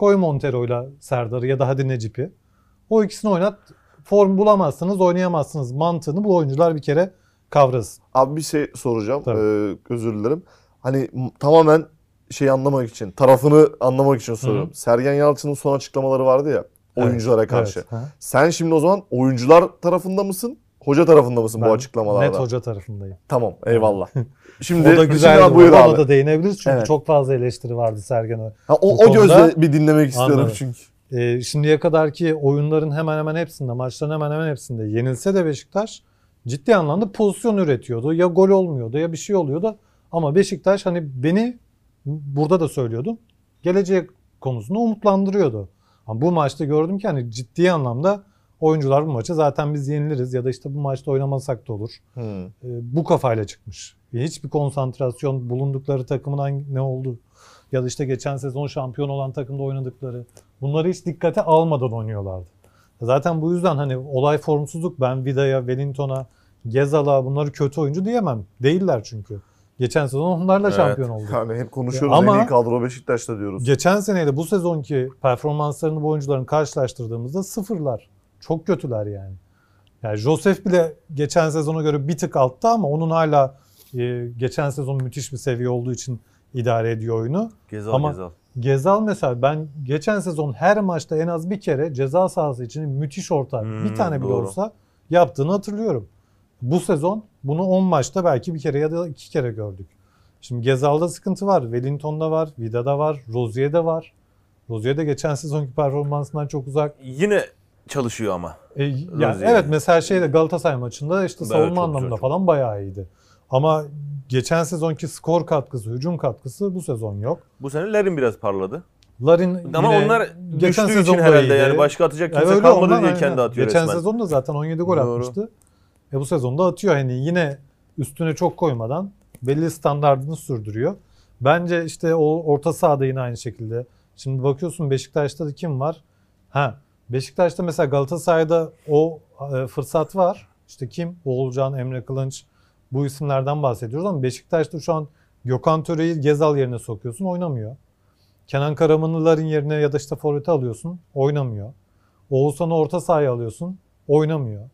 Koy Montero'yla Serdar'ı ya da hadi Necip'i. O ikisini oynat. Form bulamazsınız, oynayamazsınız. Mantığını bu oyuncular bir kere kavrasın. Abi bir şey soracağım. Tabii. Ee, özür dilerim. Hani m- tamamen şey anlamak için, tarafını anlamak için soruyorum. Hı. Sergen Yalçın'ın son açıklamaları vardı ya oyunculara Evet, karşı. evet, ha. Sen şimdi o zaman oyuncular tarafında mısın? Hoca tarafında mısın Ben bu açıklamalarda? net hoca tarafındayım. Tamam, eyvallah. Şimdi O da güzel. şimdi buyur Ona abi. da değinebiliriz çünkü Evet. çok fazla eleştiri vardı Sergen'e. Ha, o, Bu o konuda- gözle bir dinlemek istiyorum Anladım. çünkü. Ee, şimdiye kadarki oyunların hemen hemen hepsinde, maçların hemen hemen hepsinde yenilse de Beşiktaş ciddi anlamda pozisyon üretiyordu. Ya gol olmuyordu ya bir şey oluyordu. Ama Beşiktaş hani beni burada da söylüyordum. Geleceğe konusunda umutlandırıyordu. Ama bu maçta gördüm ki hani ciddi anlamda oyuncular bu maçı zaten biz yeniliriz ya da işte bu maçta oynamasak da olur. Hmm. Ee, bu kafayla çıkmış. Hiçbir konsantrasyon bulundukları takımın hangi, ne oldu ya da işte geçen sezon şampiyon olan takımda oynadıkları bunları hiç dikkate almadan oynuyorlardı. Zaten bu yüzden hani olay formsuzluk, ben Vida'ya, Wellington'a, Gezal'a bunları kötü oyuncu diyemem. Değiller çünkü. Geçen sezon onlarla Evet. şampiyon oldu. Yani hep konuşuyoruz Ama- en iyi kadro Beşiktaş'ta diyoruz. Geçen seneyle bu sezonki performanslarını bu oyuncuların karşılaştırdığımızda sıfırlar. Çok kötüler yani. Yani Josef bile geçen sezona göre bir tık altta ama onun hala e, geçen sezon müthiş bir seviye olduğu için idare ediyor oyunu. Gezal Ama- Gezal. Gezal mesela ben geçen sezon her maçta en az bir kere ceza sahası için müthiş orta Hmm, bir tane bile doğru. olsa yaptığını hatırlıyorum. Bu sezon bunu on maçta belki bir kere ya da iki kere gördük. Şimdi Gezal'da sıkıntı var, Wellington'da var, Vida'da var, Rozier'de var. Rozier de geçen sezonki performansından çok uzak. Yine çalışıyor ama. E, yani Rozier. evet mesela şeyde Galatasaray maçında işte Evet, savunma çok anlamında güzel, çok. falan bayağı iyiydi. Ama geçen sezonki skor katkısı, hücum katkısı bu sezon yok. Bu sene Larin biraz parladı. Larin Ama yine onlar geçen düştüğü sezon için da herhalde iyiydi. yani başka atacak Evet, kimse öyle kalmadı ondan diye aynen. kendi atıyor Geçen resmen. sezon da zaten on yedi gol Doğru. atmıştı. E bu sezonda atıyor. Hani yine üstüne çok koymadan belli standardını sürdürüyor. Bence işte o orta sahada yine aynı şekilde. Şimdi bakıyorsun Beşiktaş'ta da kim var? Ha, Beşiktaş'ta mesela Galatasaray'da o e, fırsat var. İşte kim? Oğulcan, Emre Kılınç, bu isimlerden bahsediyoruz ama Beşiktaş'ta şu an Gökhan Töre'yi Gezal yerine sokuyorsun, oynamıyor. Kenan Karamanlıların yerine ya da işte forvete alıyorsun, oynamıyor. Oğuzhan'ı orta sahaya alıyorsun, oynamıyor.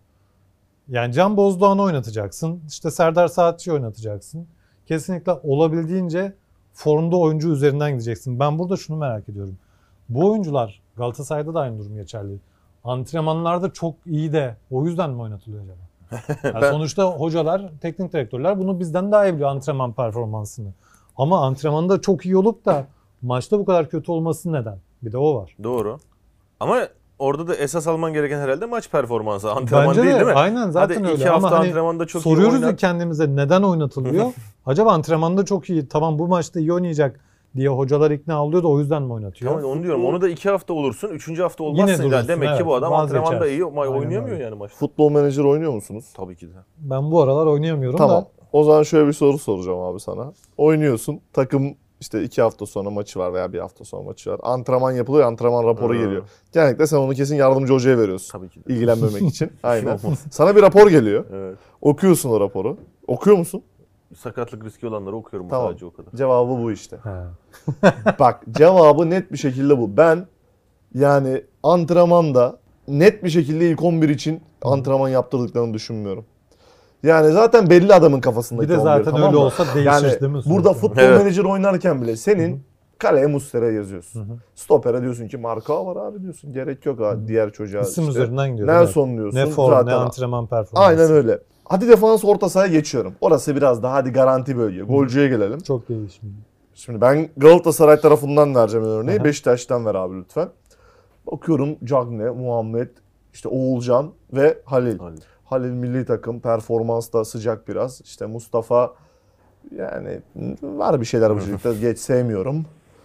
Yani Can Bozdoğan'ı oynatacaksın, işte Serdar Saatçı'yı oynatacaksın. Kesinlikle olabildiğince formda oyuncu üzerinden gideceksin. Ben burada şunu merak ediyorum. Bu oyuncular, Galatasaray'da da aynı durum geçerli. Antrenmanlarda çok iyi de o yüzden mi oynatılıyor acaba? Yani Ben- sonuçta hocalar, teknik direktörler bunu bizden daha iyi biliyor antrenman performansını. Ama antrenmanda çok iyi olup da maçta bu kadar kötü olması neden? Bir de o var. Doğru. Ama orada da esas alman gereken herhalde maç performansı. Antrenman Bence değil de, değil mi? aynen zaten Hadi öyle. iki hafta Ama hani antrenmanda çok iyi soruyoruz oynar. ya kendimize neden oynatılıyor? Acaba antrenmanda çok iyi, tamam bu maçta iyi oynayacak diye hocalar ikna oluyor da o yüzden mi oynatıyor? Tamam, onu diyorum. Onu da iki hafta olursun. Üçüncü hafta Yine olmazsın. durursun, Yani demek evet. ki bu adam Vazgeçersin. antrenmanda iyi ama Aynen oynayamıyor öyle. yani maçta. Futbol menajer oynuyor musunuz? Tabii ki de. Ben bu aralar oynayamıyorum Tamam. da. O zaman şöyle bir soru soracağım abi sana. Oynuyorsun. Takım işte iki hafta sonra maçı var veya bir hafta sonra maçı var. Antrenman yapılıyor, antrenman raporu Hı. geliyor. Genellikle sen onu kesin yardımcı hocaya veriyorsun. Tabii ki de. İlgilenmemek için. Aynen. Olmaz. Sana bir rapor geliyor. Evet. Okuyorsun o raporu. Okuyor musun? Sakatlık riski olanları okuyorum Tamam. sadece o kadar. Cevabı bu işte. He. Bak cevabı net bir şekilde bu. Ben yani antrenmanda net bir şekilde ilk on bir için antrenman yaptırdıklarını düşünmüyorum. Yani zaten belli adamın kafasındaki Bir de on bir, zaten tamam öyle mı? olsa değişir Yani değil mi? burada Sürekli? futbol Evet. menajer oynarken bile senin Hı hı. kaleye Muslera yazıyorsun. Hı hı. Stopere diyorsun ki marka var abi diyorsun. Gerek yok abi diğer çocuğa. İsim işte. üzerinden gidiyor. Nelson diyorsun. Ne form zaten ne antrenman performansı. Aynen öyle. Hadi defans orta sahaya geçiyorum. Orası biraz daha hadi garanti bölge. Golcüye gelelim. Çok değişmiyor. Şimdi ben Galatasaray tarafından vereceğim örneği. Aha. Beşiktaş'tan ver abi lütfen. Bakıyorum Cagne, Muhammed, işte Oğulcan ve Halil. Halil. Halil milli takım performansta sıcak biraz. İşte Mustafa yani var bir şeyler bu çocukta geç sevmiyorum.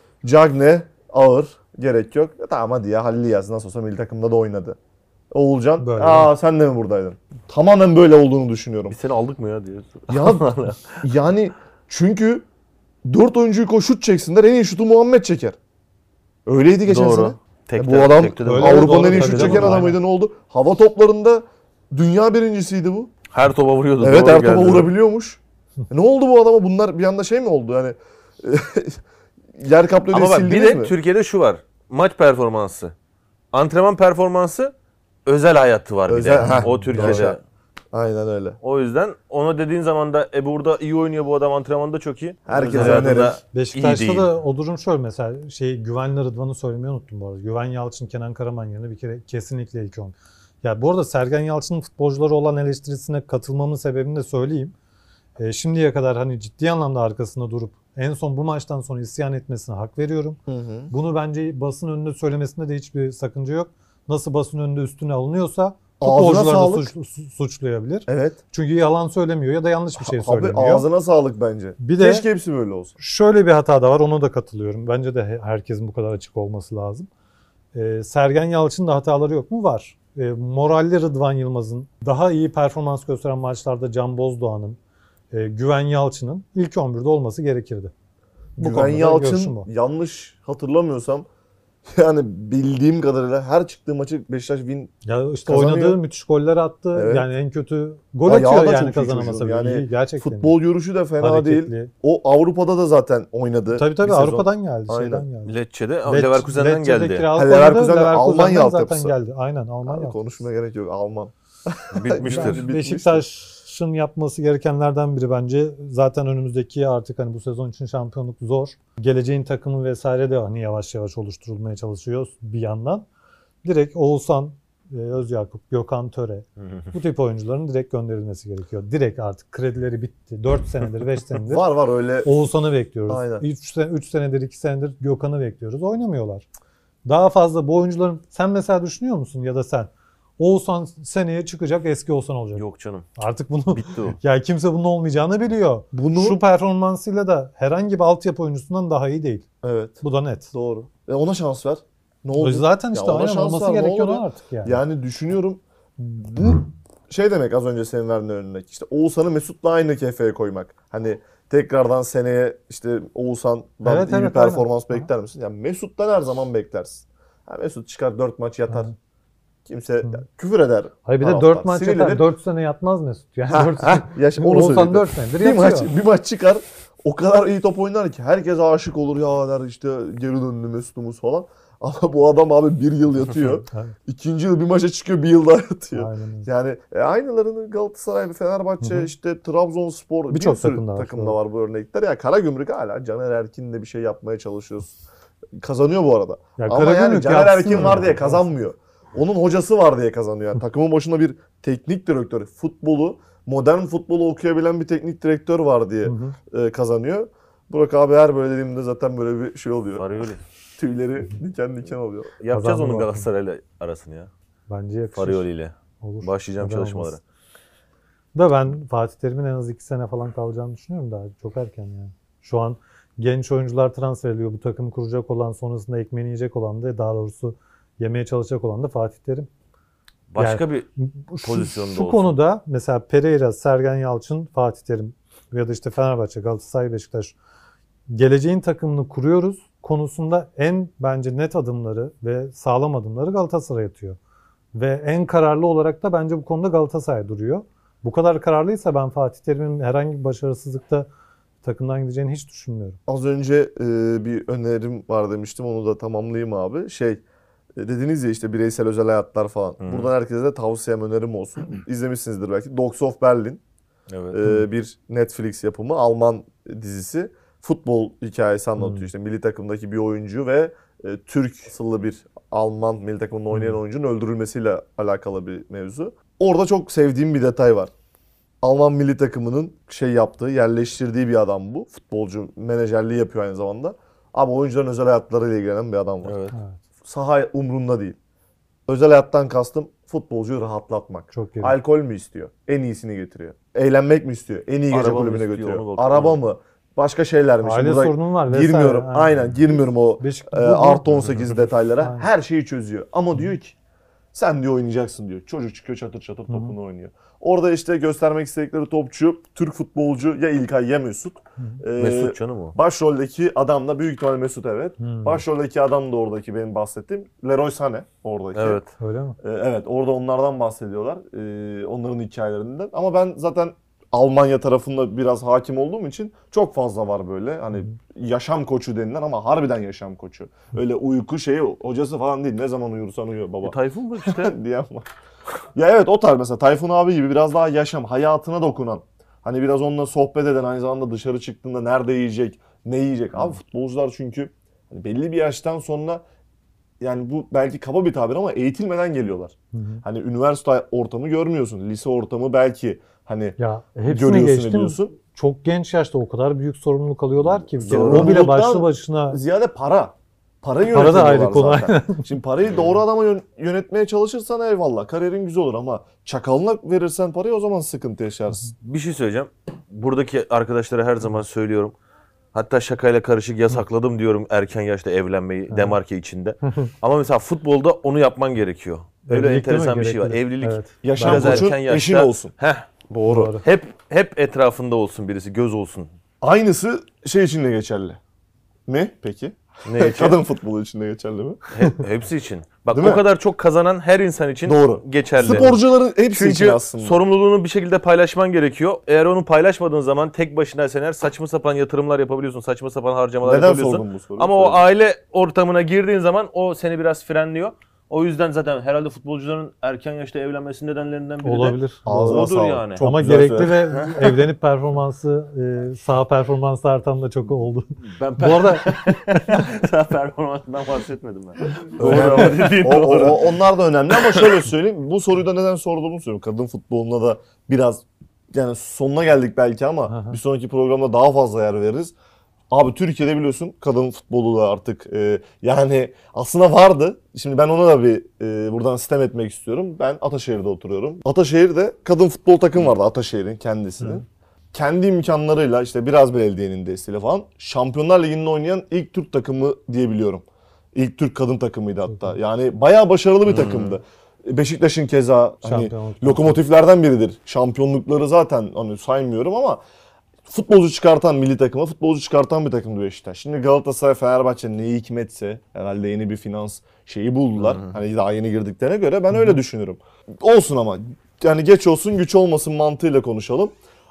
Cagne ağır gerek yok. E tamam hadi ya Halil'i yaz nasıl olsa milli takımda da oynadı. Oğulcan Böyle. aa sen de mi buradaydın? Tamamen böyle olduğunu düşünüyorum. Biz seni aldık mı ya diye. Ya yani çünkü dört oyuncuyu koy şut çeksinler en iyi şutu Muhammed çeker. Öyleydi geçen Doğru. sene. Tekte, E bu adam tekte de Öyle. Avrupa'nın doğru, en iyi tabii şut canım, çeken aynen. adamıydı ne oldu? Hava toplarında dünya birincisiydi bu. her topa vuruyordu. Evet doğru her topa geldi. vurabiliyormuş. E ne oldu bu adama? Bunlar bir anda şey mi oldu? Yani yer kaplıyor diye Ama bak bir sildiniz de mi? Türkiye'de şu var. maç performansı. Antrenman performansı, özel hayatı var bir Özel- de. heh, O Türkiye'de. yaşa. Aynen öyle. O yüzden ona dediğin zaman da e burada iyi oynuyor bu adam, antrenmanda çok iyi. Herkese Özel hayatında önerir. iyi Beşiktaş'ta değil. da o durum şöyle mesela şey Güvenli Rıdvan'ı söylemeyi unuttum bu arada. Güven Yalçın, Kenan Karaman yerine bir kere kesinlikle ilk on. Ya bu arada Sergen Yalçın'ın futbolculara olan eleştirisine katılmamın sebebini de söyleyeyim. E, şimdiye kadar hani ciddi anlamda arkasında durup en son bu maçtan sonra isyan etmesine hak veriyorum. Hı hı. Bunu bence basın önünde söylemesinde de hiçbir sakınca yok. Nasıl basın önünde üstüne alınıyorsa Ağzına futbolcular da sağlık. suç- su- suçlayabilir. Evet. Çünkü yalan söylemiyor ya da yanlış bir şey Abi söylemiyor. ağzına sağlık bence. Bir de- Keşke hepsi böyle olsun. Şöyle bir hata da var, ona da katılıyorum. Bence de he- herkesin bu kadar açık olması lazım. Ee, Sergen Yalçın'ın da hataları yok mu? Var. Ee, moralli Rıdvan Yılmaz'ın, daha iyi performans gösteren maçlarda Can Bozdoğan'ın, e, Güven Yalçın'ın ilk on birde olması gerekirdi. Bu Güven konuda da Yalçın görüşüm bu. yanlış hatırlamıyorsam yani bildiğim kadarıyla her çıktığı maçı Beşiktaş win. Ya işte Kazanıyor. oynadığı müthiş goller attı. Evet. Yani en kötü gol Ayağı atıyor da yani çok iyi kazanamasa çocuğun. bile. Yani İyi, gerçekten. Futbol görüşü de fena Hareketli. değil. O Avrupa'da da zaten oynadı. Tabii tabii bir sezon. Avrupa'dan geldi. Aynen. Şeyden geldi. Lecce'de, Lec- Leverkusen'den Lecce'de geldi. kiralık Ha, oynadı, Leverkusen'den Leverkusen'den Almanya zaten altyapısı. geldi. Aynen Almanya. Yani konuşmaya gerek yok. Alman. Bitmiştir. Yani bitmiştir. Beşiktaş'ın yapması gerekenlerden biri bence zaten önümüzdeki artık hani bu sezon için şampiyonluk zor. Geleceğin takımı vesaire de hani yavaş yavaş oluşturulmaya çalışıyor bir yandan. Direkt Oğuzhan, e, Özyakup, Gökhan Töre bu tip oyuncuların direkt gönderilmesi gerekiyor. Direkt artık kredileri bitti. dört senedir, beş senedir Var var öyle. Oğuzhan'ı bekliyoruz. Aynen. üç senedir, iki senedir Gökhan'ı bekliyoruz. Oynamıyorlar. Daha fazla bu oyuncuların, sen mesela düşünüyor musun ya da sen? Oğuzhan seneye çıkacak, eski Oğuzhan olacak. Yok canım. Artık bunu Bitti o. ya kimse bunun olmayacağını biliyor. Bunu Şu performansıyla da herhangi bir altyapı oyuncusundan daha iyi değil. evet. Bu da net. Doğru. E ona şans ver. Ne O oldu? zaten işte Ya ona aynen şans olması ver, ne gereken o olur ya? artık yani. Yani düşünüyorum bu şey demek az önce senin verdiğin örnek. İşte Oğuzhan'ı Mesut'la aynı kefeye koymak. Hani tekrardan seneye işte Oğuzhan'dan Evet, iyi bir evet, performans aynen. bekler misin? Yani Mesut'tan her zaman beklersin. Ha, Mesut çıkar dört maç yatar. Aynen. Kimse ya, küfür eder. Hayır bir de taraftar, dört maç sinirlenir. yatar. dört sene yatmaz Mesut. Yani Ha, dört ha, ya şimdi onu Oğuzhan söyleyecektim. dört senedir Bir yatıyor. maç, bir maç çıkar o kadar iyi top oynar ki herkes aşık olur ya der işte geri döndü Mesut'umuz falan. Ama bu adam abi bir yıl yatıyor. Evet, İkinci yıl bir maça çıkıyor bir yıl daha yatıyor. aynen öyle. Yani e, aynılarını Galatasaray, Fenerbahçe, Hı hı. işte Trabzonspor bir Birçok sürü takımda var, takımda doğru. var bu örnekler. Ya Karagümrük hala Caner Erkin'le bir şey yapmaya çalışıyoruz. Kazanıyor bu arada. Ya Ama yani Karagümrük Caner yapsın Erkin var ya. diye kazanmıyor. Onun hocası var diye kazanıyor. Yani takımın başında bir teknik direktör, futbolu, modern futbolu okuyabilen bir teknik direktör var diye Hı hı. e, kazanıyor. Burak abi her böyle dediğimde zaten böyle bir şey oluyor. Farioli. Tüyleri diken diken oluyor. Yapacağız Kazandı onun bu Galatasaray'la arasını ya. Bence yakışır. Farioli ile. Olur. Başlayacağım Neden çalışmalara. olmasın? Da ben Fatih Terim'in en az iki sene falan kalacağını düşünüyorum daha. Çok erken yani. Şu an genç oyuncular transfer ediliyor. Bu takım kuracak olan, sonrasında ekmeğini yiyecek olan da, daha doğrusu yemeye çalışacak olan da Fatih Terim. Başka bir Şu, pozisyonda şu olsun. konuda mesela Pereira, Sergen Yalçın, Fatih Terim ya da işte Fenerbahçe, Galatasaray, Beşiktaş geleceğin takımını kuruyoruz konusunda en bence net adımları ve sağlam adımları Galatasaray atıyor. Ve en kararlı olarak da bence bu konuda Galatasaray duruyor. Bu kadar kararlıysa ben Fatih Terim'in herhangi bir başarısızlıkta takımdan gideceğini hiç düşünmüyorum. Az önce e, bir önerim var demiştim. Onu da tamamlayayım abi. Şey e, dediniz ya işte bireysel özel hayatlar falan. Hı. Buradan herkese de tavsiyem önerim olsun. İzlemişsinizdir belki. Dogs of Berlin. Evet. e, bir Netflix yapımı Alman dizisi. Futbol hikayesi anlatıyor. Hı. İşte milli takımdaki bir oyuncu ve e, Türk asıllı bir Alman milli takımında oynayan Hı. oyuncunun öldürülmesiyle alakalı bir mevzu. Orada çok sevdiğim bir detay var. Alman milli takımının şey yaptığı, yerleştirdiği bir adam bu. Futbolcu, menajerliği yapıyor aynı zamanda. Ama oyuncuların özel hayatlarıyla ilgilenen bir adam var. Evet. Evet, Saha umrunda değil. Özel hayattan kastım futbolcuyu rahatlatmak. çok iyi. Alkol mü istiyor? En iyisini getiriyor. Eğlenmek mi istiyor? En iyi gece Araba mı kulübüne istiyor? götürüyor. Ona bakıyor. Araba mı? Başka şeyler mi? Şimdi Aile burada sorunun var vesaire. girmiyorum. Aynen. girmiyorum o Beşik- e, bu- bu- artı on sekiz detaylara. Aynen. Her şeyi çözüyor. Ama diyor ki sen diyor oynayacaksın diyor. Çocuk çıkıyor çatır çatır topunu oynuyor. Orada işte göstermek istedikleri topçu Türk futbolcu ya İlkay ya Mesut. Ee, Mesut canım o. Başroldeki adam da büyük ihtimalle Mesut evet. Hmm. Başroldeki adam da oradaki benim bahsettiğim Leroy Sané oradaki. Evet. Öyle mi? Ee, evet orada onlardan bahsediyorlar. Ee, onların hikayelerinden. Ama ben zaten Almanya tarafında biraz hakim olduğum için çok fazla var böyle. Hani yaşam koçu denilen ama harbiden yaşam koçu. Öyle uyku şeyi hocası falan değil. Ne zaman uyursan uyu baba. E, Tayfun var işte. diyen var. Ya evet o tarz mesela Tayfun abi gibi biraz daha yaşam, hayatına dokunan. Hani biraz onunla sohbet eden, aynı zamanda dışarı çıktığında nerede yiyecek, ne yiyecek. Abi futbolcular çünkü hani belli bir yaştan sonra, yani bu belki kaba bir tabir ama eğitilmeden geliyorlar. Hı hı. Hani üniversite ortamı görmüyorsun. Lise ortamı belki hani ya hepsini görüyorsun, geçtim. ediyorsun. Çok genç yaşta o kadar büyük sorumluluk alıyorlar ki. Sorumluluktan O bile başlı başına. Ziyade para. Parayı Para da ayrı yönetiyorlar konu. zaten. Şimdi parayı doğru adama yön- yönetmeye çalışırsan eyvallah. Kariyerin güzel olur ama çakalına verirsen parayı o zaman sıkıntı yaşarsın. Bir şey söyleyeceğim. Buradaki arkadaşlara her zaman söylüyorum. Hatta şakayla karışık yasakladım diyorum erken yaşta evlenmeyi demarke içinde. Ama mesela futbolda onu yapman gerekiyor. Öyle Evlilik değil mi? enteresan bir şey var. Gerekli. Evlilik Evet. Yaşam biraz koçun erken yaşta. eşin olsun. Heh, Doğru. Doğru. hep hep etrafında olsun birisi, göz olsun. Aynısı şey için de geçerli. Ne peki? Ne için? Kadın futbolu için de geçerli mi? He- hepsi için. Bak Değil o mi? kadar çok kazanan her insan için Doğru. geçerli. Sporcuların hepsi Çünkü için aslında. sorumluluğunu bir şekilde paylaşman gerekiyor. Eğer onu paylaşmadığın zaman tek başına sen eğer saçma sapan yatırımlar yapabiliyorsun, saçma sapan harcamalar Neden yapabiliyorsun. sordun bu soruyu? Ama o Söyle. aile ortamına girdiğin zaman o seni biraz frenliyor. O yüzden zaten herhalde futbolcuların erken yaşta evlenmesinin nedenlerinden biri Olabilir. de Ağzına odur sağlık. yani. Çok Ama güzel gerekli söyledin. ve evlenip performansı, e, saha performansı artan da çok oldu. Ben Bu arada sağ performansından bahsetmedim ben. Önemli. o, o, o- onlar da önemli ama şöyle söyleyeyim. Bu soruyu da neden sorduğumu söyleyeyim. Kadın futboluna da biraz, yani sonuna geldik belki ama Aha. bir sonraki programda daha fazla yer veririz. Abi Türkiye'de biliyorsun kadın futbolu da artık e, yani aslında vardı. Şimdi ben ona da bir e, buradan sitem etmek istiyorum. Ben Ataşehir'de oturuyorum. Ataşehir'de kadın futbol takım vardı, Ataşehir'in kendisinin. Hı. Kendi imkanlarıyla işte biraz belediyenin desteğiyle falan Şampiyonlar Ligi'nde oynayan ilk Türk takımı diyebiliyorum. İlk Türk kadın takımıydı hatta. Yani bayağı başarılı bir takımdı. Beşiktaş'ın keza hani Şampiyonluk. lokomotiflerden biridir. Şampiyonlukları zaten hani saymıyorum ama futbolcu çıkartan, milli takıma futbolcu çıkartan bir takımdı Beşiktaş. Şimdi Galatasaray, Fenerbahçe ne hikmetse herhalde yeni bir finans şeyi buldular. Hı-hı. Hani daha yeni girdiklerine göre ben Hı-hı. öyle düşünüyorum. Olsun ama yani geç olsun güç olmasın mantığıyla konuşalım.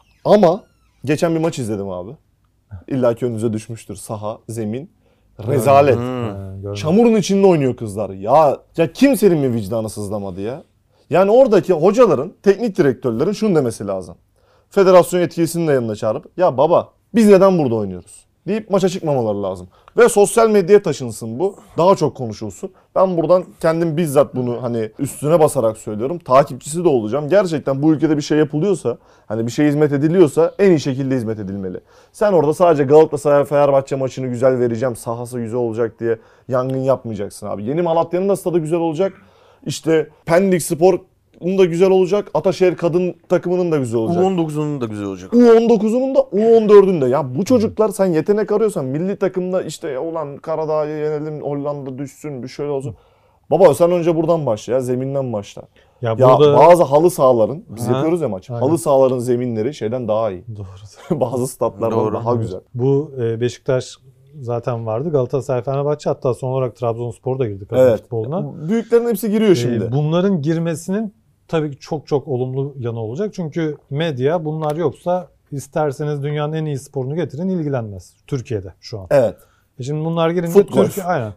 Ama geçen bir maç izledim abi. İlla ki önünüze düşmüştür. Saha, zemin. Rezalet. Hmm. Çamurun içinde oynuyor kızlar. Ya ya kimsenin mi vicdanı sızlamadı ya? Yani oradaki hocaların, teknik direktörlerin şunu demesi lazım. Federasyon yetkisini de yanına çağırıp ya baba biz neden burada oynuyoruz deyip maça çıkmamaları lazım. Ve sosyal medyaya taşınsın bu. Daha çok konuşulsun. Ben buradan kendim bizzat bunu hani üstüne basarak söylüyorum. Takipçisi de olacağım. Gerçekten bu ülkede bir şey yapılıyorsa, hani bir şey hizmet ediliyorsa en iyi şekilde hizmet edilmeli. Sen orada sadece Galatasaray Fenerbahçe maçını güzel vereceğim, sahası güzel olacak diye yangın yapmayacaksın abi. Yeni Malatya'nın da stadı güzel olacak. İşte Pendik Spor da güzel olacak. Ataşehir kadın takımının da güzel olacak. U on dokuzunun da güzel olacak. U on dokuzunun da U on dördünün de. Ya bu çocuklar sen yetenek arıyorsan milli takımda işte ya ulan Karadağ'ı yenelim, Hollanda düşsün, bir şöyle olsun. Baba sen önce buradan başla ya, zeminden başla. Ya, Ya burada... bazı halı sahaların, biz Aha, yapıyoruz ya maç. aynen. Halı sahaların zeminleri şeyden daha iyi. Doğru. Bazı statlardan Doğru. daha güzel. Bu e, Beşiktaş zaten vardı. Galatasaray, Fenerbahçe, hatta son olarak Trabzonspor da girdi kadın Evet. futboluna. Büyüklerin hepsi giriyor şimdi. E, bunların girmesinin tabii ki çok çok olumlu yanı olacak. Çünkü medya bunlar yoksa isterseniz dünyanın en iyi sporunu getirin ilgilenmez. Türkiye'de şu an. Evet. E şimdi bunlar girince Futbol. Türkiye aynen.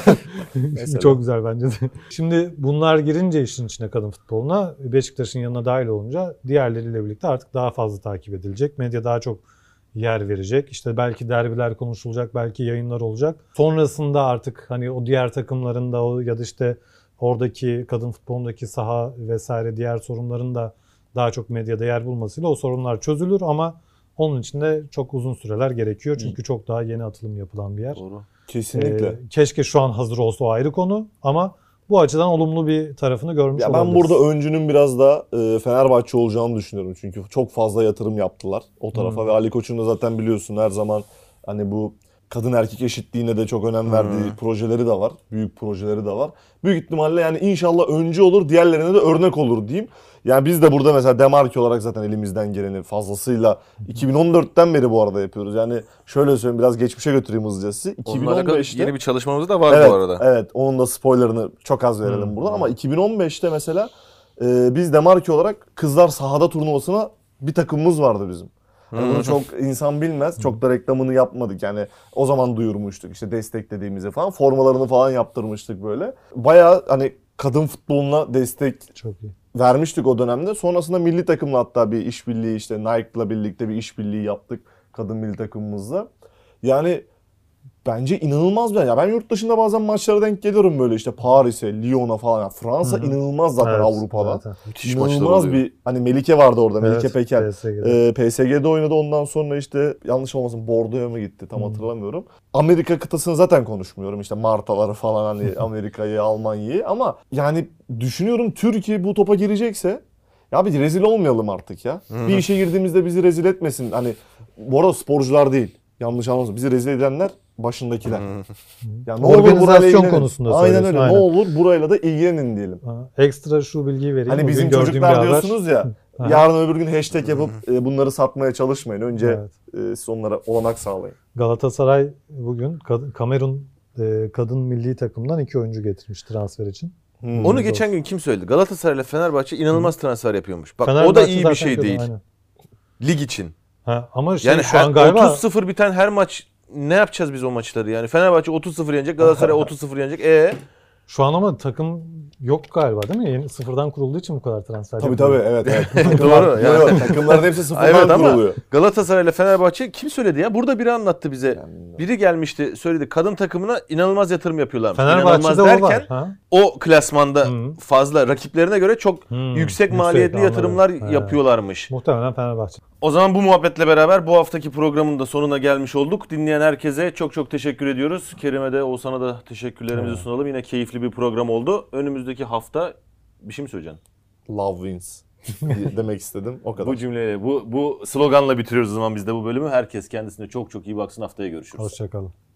Çok güzel bence de. Şimdi bunlar girince işin içine kadın futboluna, Beşiktaş'ın yanına dahil olunca diğerleriyle birlikte artık daha fazla takip edilecek. Medya daha çok yer verecek. İşte belki derbiler konuşulacak, belki yayınlar olacak. Sonrasında artık hani o diğer takımların da o ya da işte oradaki kadın futbolundaki saha vesaire diğer sorunların da daha çok medyada yer bulmasıyla o sorunlar çözülür ama onun için de çok uzun süreler gerekiyor. Çünkü çok daha yeni atılım yapılan bir yer. Doğru. Kesinlikle. Ee, keşke şu an hazır olsa, o ayrı konu ama bu açıdan olumlu bir tarafını görmüş Ya ben olabiliriz. burada öncünün biraz da e, Fenerbahçe olacağını düşünüyorum. Çünkü çok fazla yatırım yaptılar o tarafa. Hmm. Ve Ali Koç'un da zaten biliyorsun her zaman hani bu kadın erkek eşitliğine de çok önem verdiği Hmm. projeleri de var. Büyük projeleri de var. Büyük ihtimalle yani inşallah öncü olur, diğerlerine de örnek olur diyeyim. Yani biz de burada mesela Demarki olarak zaten elimizden geleni fazlasıyla iki bin on dörtten beri bu arada yapıyoruz. Yani şöyle söyleyeyim, biraz geçmişe götüreyim hızlıca sizi. Onunla alakalı iki bin on beşte yeni bir çalışmamız da var evet, bu arada. Evet, onun da spoilerını çok az verelim Hmm. burada ama iki bin on beşte mesela e, biz Demarki olarak kızlar sahada turnuvasına bir takımımız vardı bizim. Yani bunu çok insan bilmez. Çok da reklamını yapmadık. Yani o zaman duyurmuştuk işte desteklediğimizi falan. Formalarını falan yaptırmıştık böyle. Bayağı hani kadın futboluna destek Çok iyi. vermiştik o dönemde. Sonrasında milli takımla hatta bir işbirliği işte Nike'la birlikte bir işbirliği yaptık kadın milli takımımızla. Yani bence inanılmaz bir. Ya ben yurt dışında bazen maçlara denk geliyorum böyle işte Paris'e, Lyon'a falan. Yani Fransa Hı hı. inanılmaz zaten Evet, Avrupa'da. zaten. Müthiş maçlar İnanılmaz oluyor. bir hani Melike vardı orada. Melike Evet, Peker. P S G'de. Ee, P S G'de oynadı ondan sonra işte yanlış olmasın Bordeaux'a mı gitti tam Hmm. hatırlamıyorum. Amerika kıtasını zaten konuşmuyorum işte Martaları falan hani Amerika'yı, Almanya'yı ama yani düşünüyorum Türkiye bu topa girecekse ya bir rezil olmayalım artık ya. Bir işe girdiğimizde bizi rezil etmesin. Hani bu arada sporcular değil. Yanlış anlamasın. Bizi rezil edenler başındakiler. Ya ne olur Organizasyon burayla ilgilenin. konusunda Aynen söylüyorsun, öyle. aynen. Ne olur burayla da ilgilenin diyelim. Ha, ekstra şu bilgiyi vereyim. Hani Bugün bizim gördüğüm çocuklar bir haber. diyorsunuz ya. Aha. Yarın öbür gün hashtag yapıp e, bunları satmaya çalışmayın. Önce Evet. e, siz onlara olanak sağlayın. Galatasaray bugün kad- Kamerun e, kadın milli takımdan iki oyuncu getirmiş transfer için. Hmm. Onu geçen gün kim söyledi? Galatasaray ile Fenerbahçe inanılmaz transfer yapıyormuş. Bak o da Fenerbahçe iyi bir zaten şey kötü, değil. aynen. Lig için. Ha, ama şey Yani şu her, an galiba otuz sıfır biten her maç ne yapacağız biz o maçları yani? Fenerbahçe otuz sıfır yenecek, Galatasaray otuz sıfır yenecek. E şu an ama takım yok galiba değil mi? Yeni sıfırdan kurulduğu için bu kadar transfer Tabii yapılıyor. tabii evet evet. Doğru, Takımlar, yani. yani. Takımların hepsi sıfırdan evet ama kuruluyor. Galatasaray ile Fenerbahçe kim söyledi ya? Burada biri anlattı bize. Yani- Biri gelmişti söyledi. Kadın takımına inanılmaz yatırım yapıyorlar. Fenerbahçe'de İnanılmaz o derken var. Ha? o klasmanda Hı. fazla rakiplerine göre çok Hmm, yüksek maliyetli anladım. yatırımlar He. yapıyorlarmış. Muhtemelen Fenerbahçe. O zaman bu muhabbetle beraber bu haftaki programın da sonuna gelmiş olduk. Dinleyen herkese çok çok teşekkür ediyoruz. Kerim'e de Oğuzhan'a da teşekkürlerimizi Evet. sunalım. Yine keyifli bir program oldu. Önümüzdeki hafta bir şey mi söyleyeceksin? Love wins demek istedim. O kadar. Bu cümleyle, bu, bu sloganla bitiriyoruz o zaman biz de bu bölümü. Herkes kendisine çok çok iyi baksın. Haftaya görüşürüz. Hoşçakalın.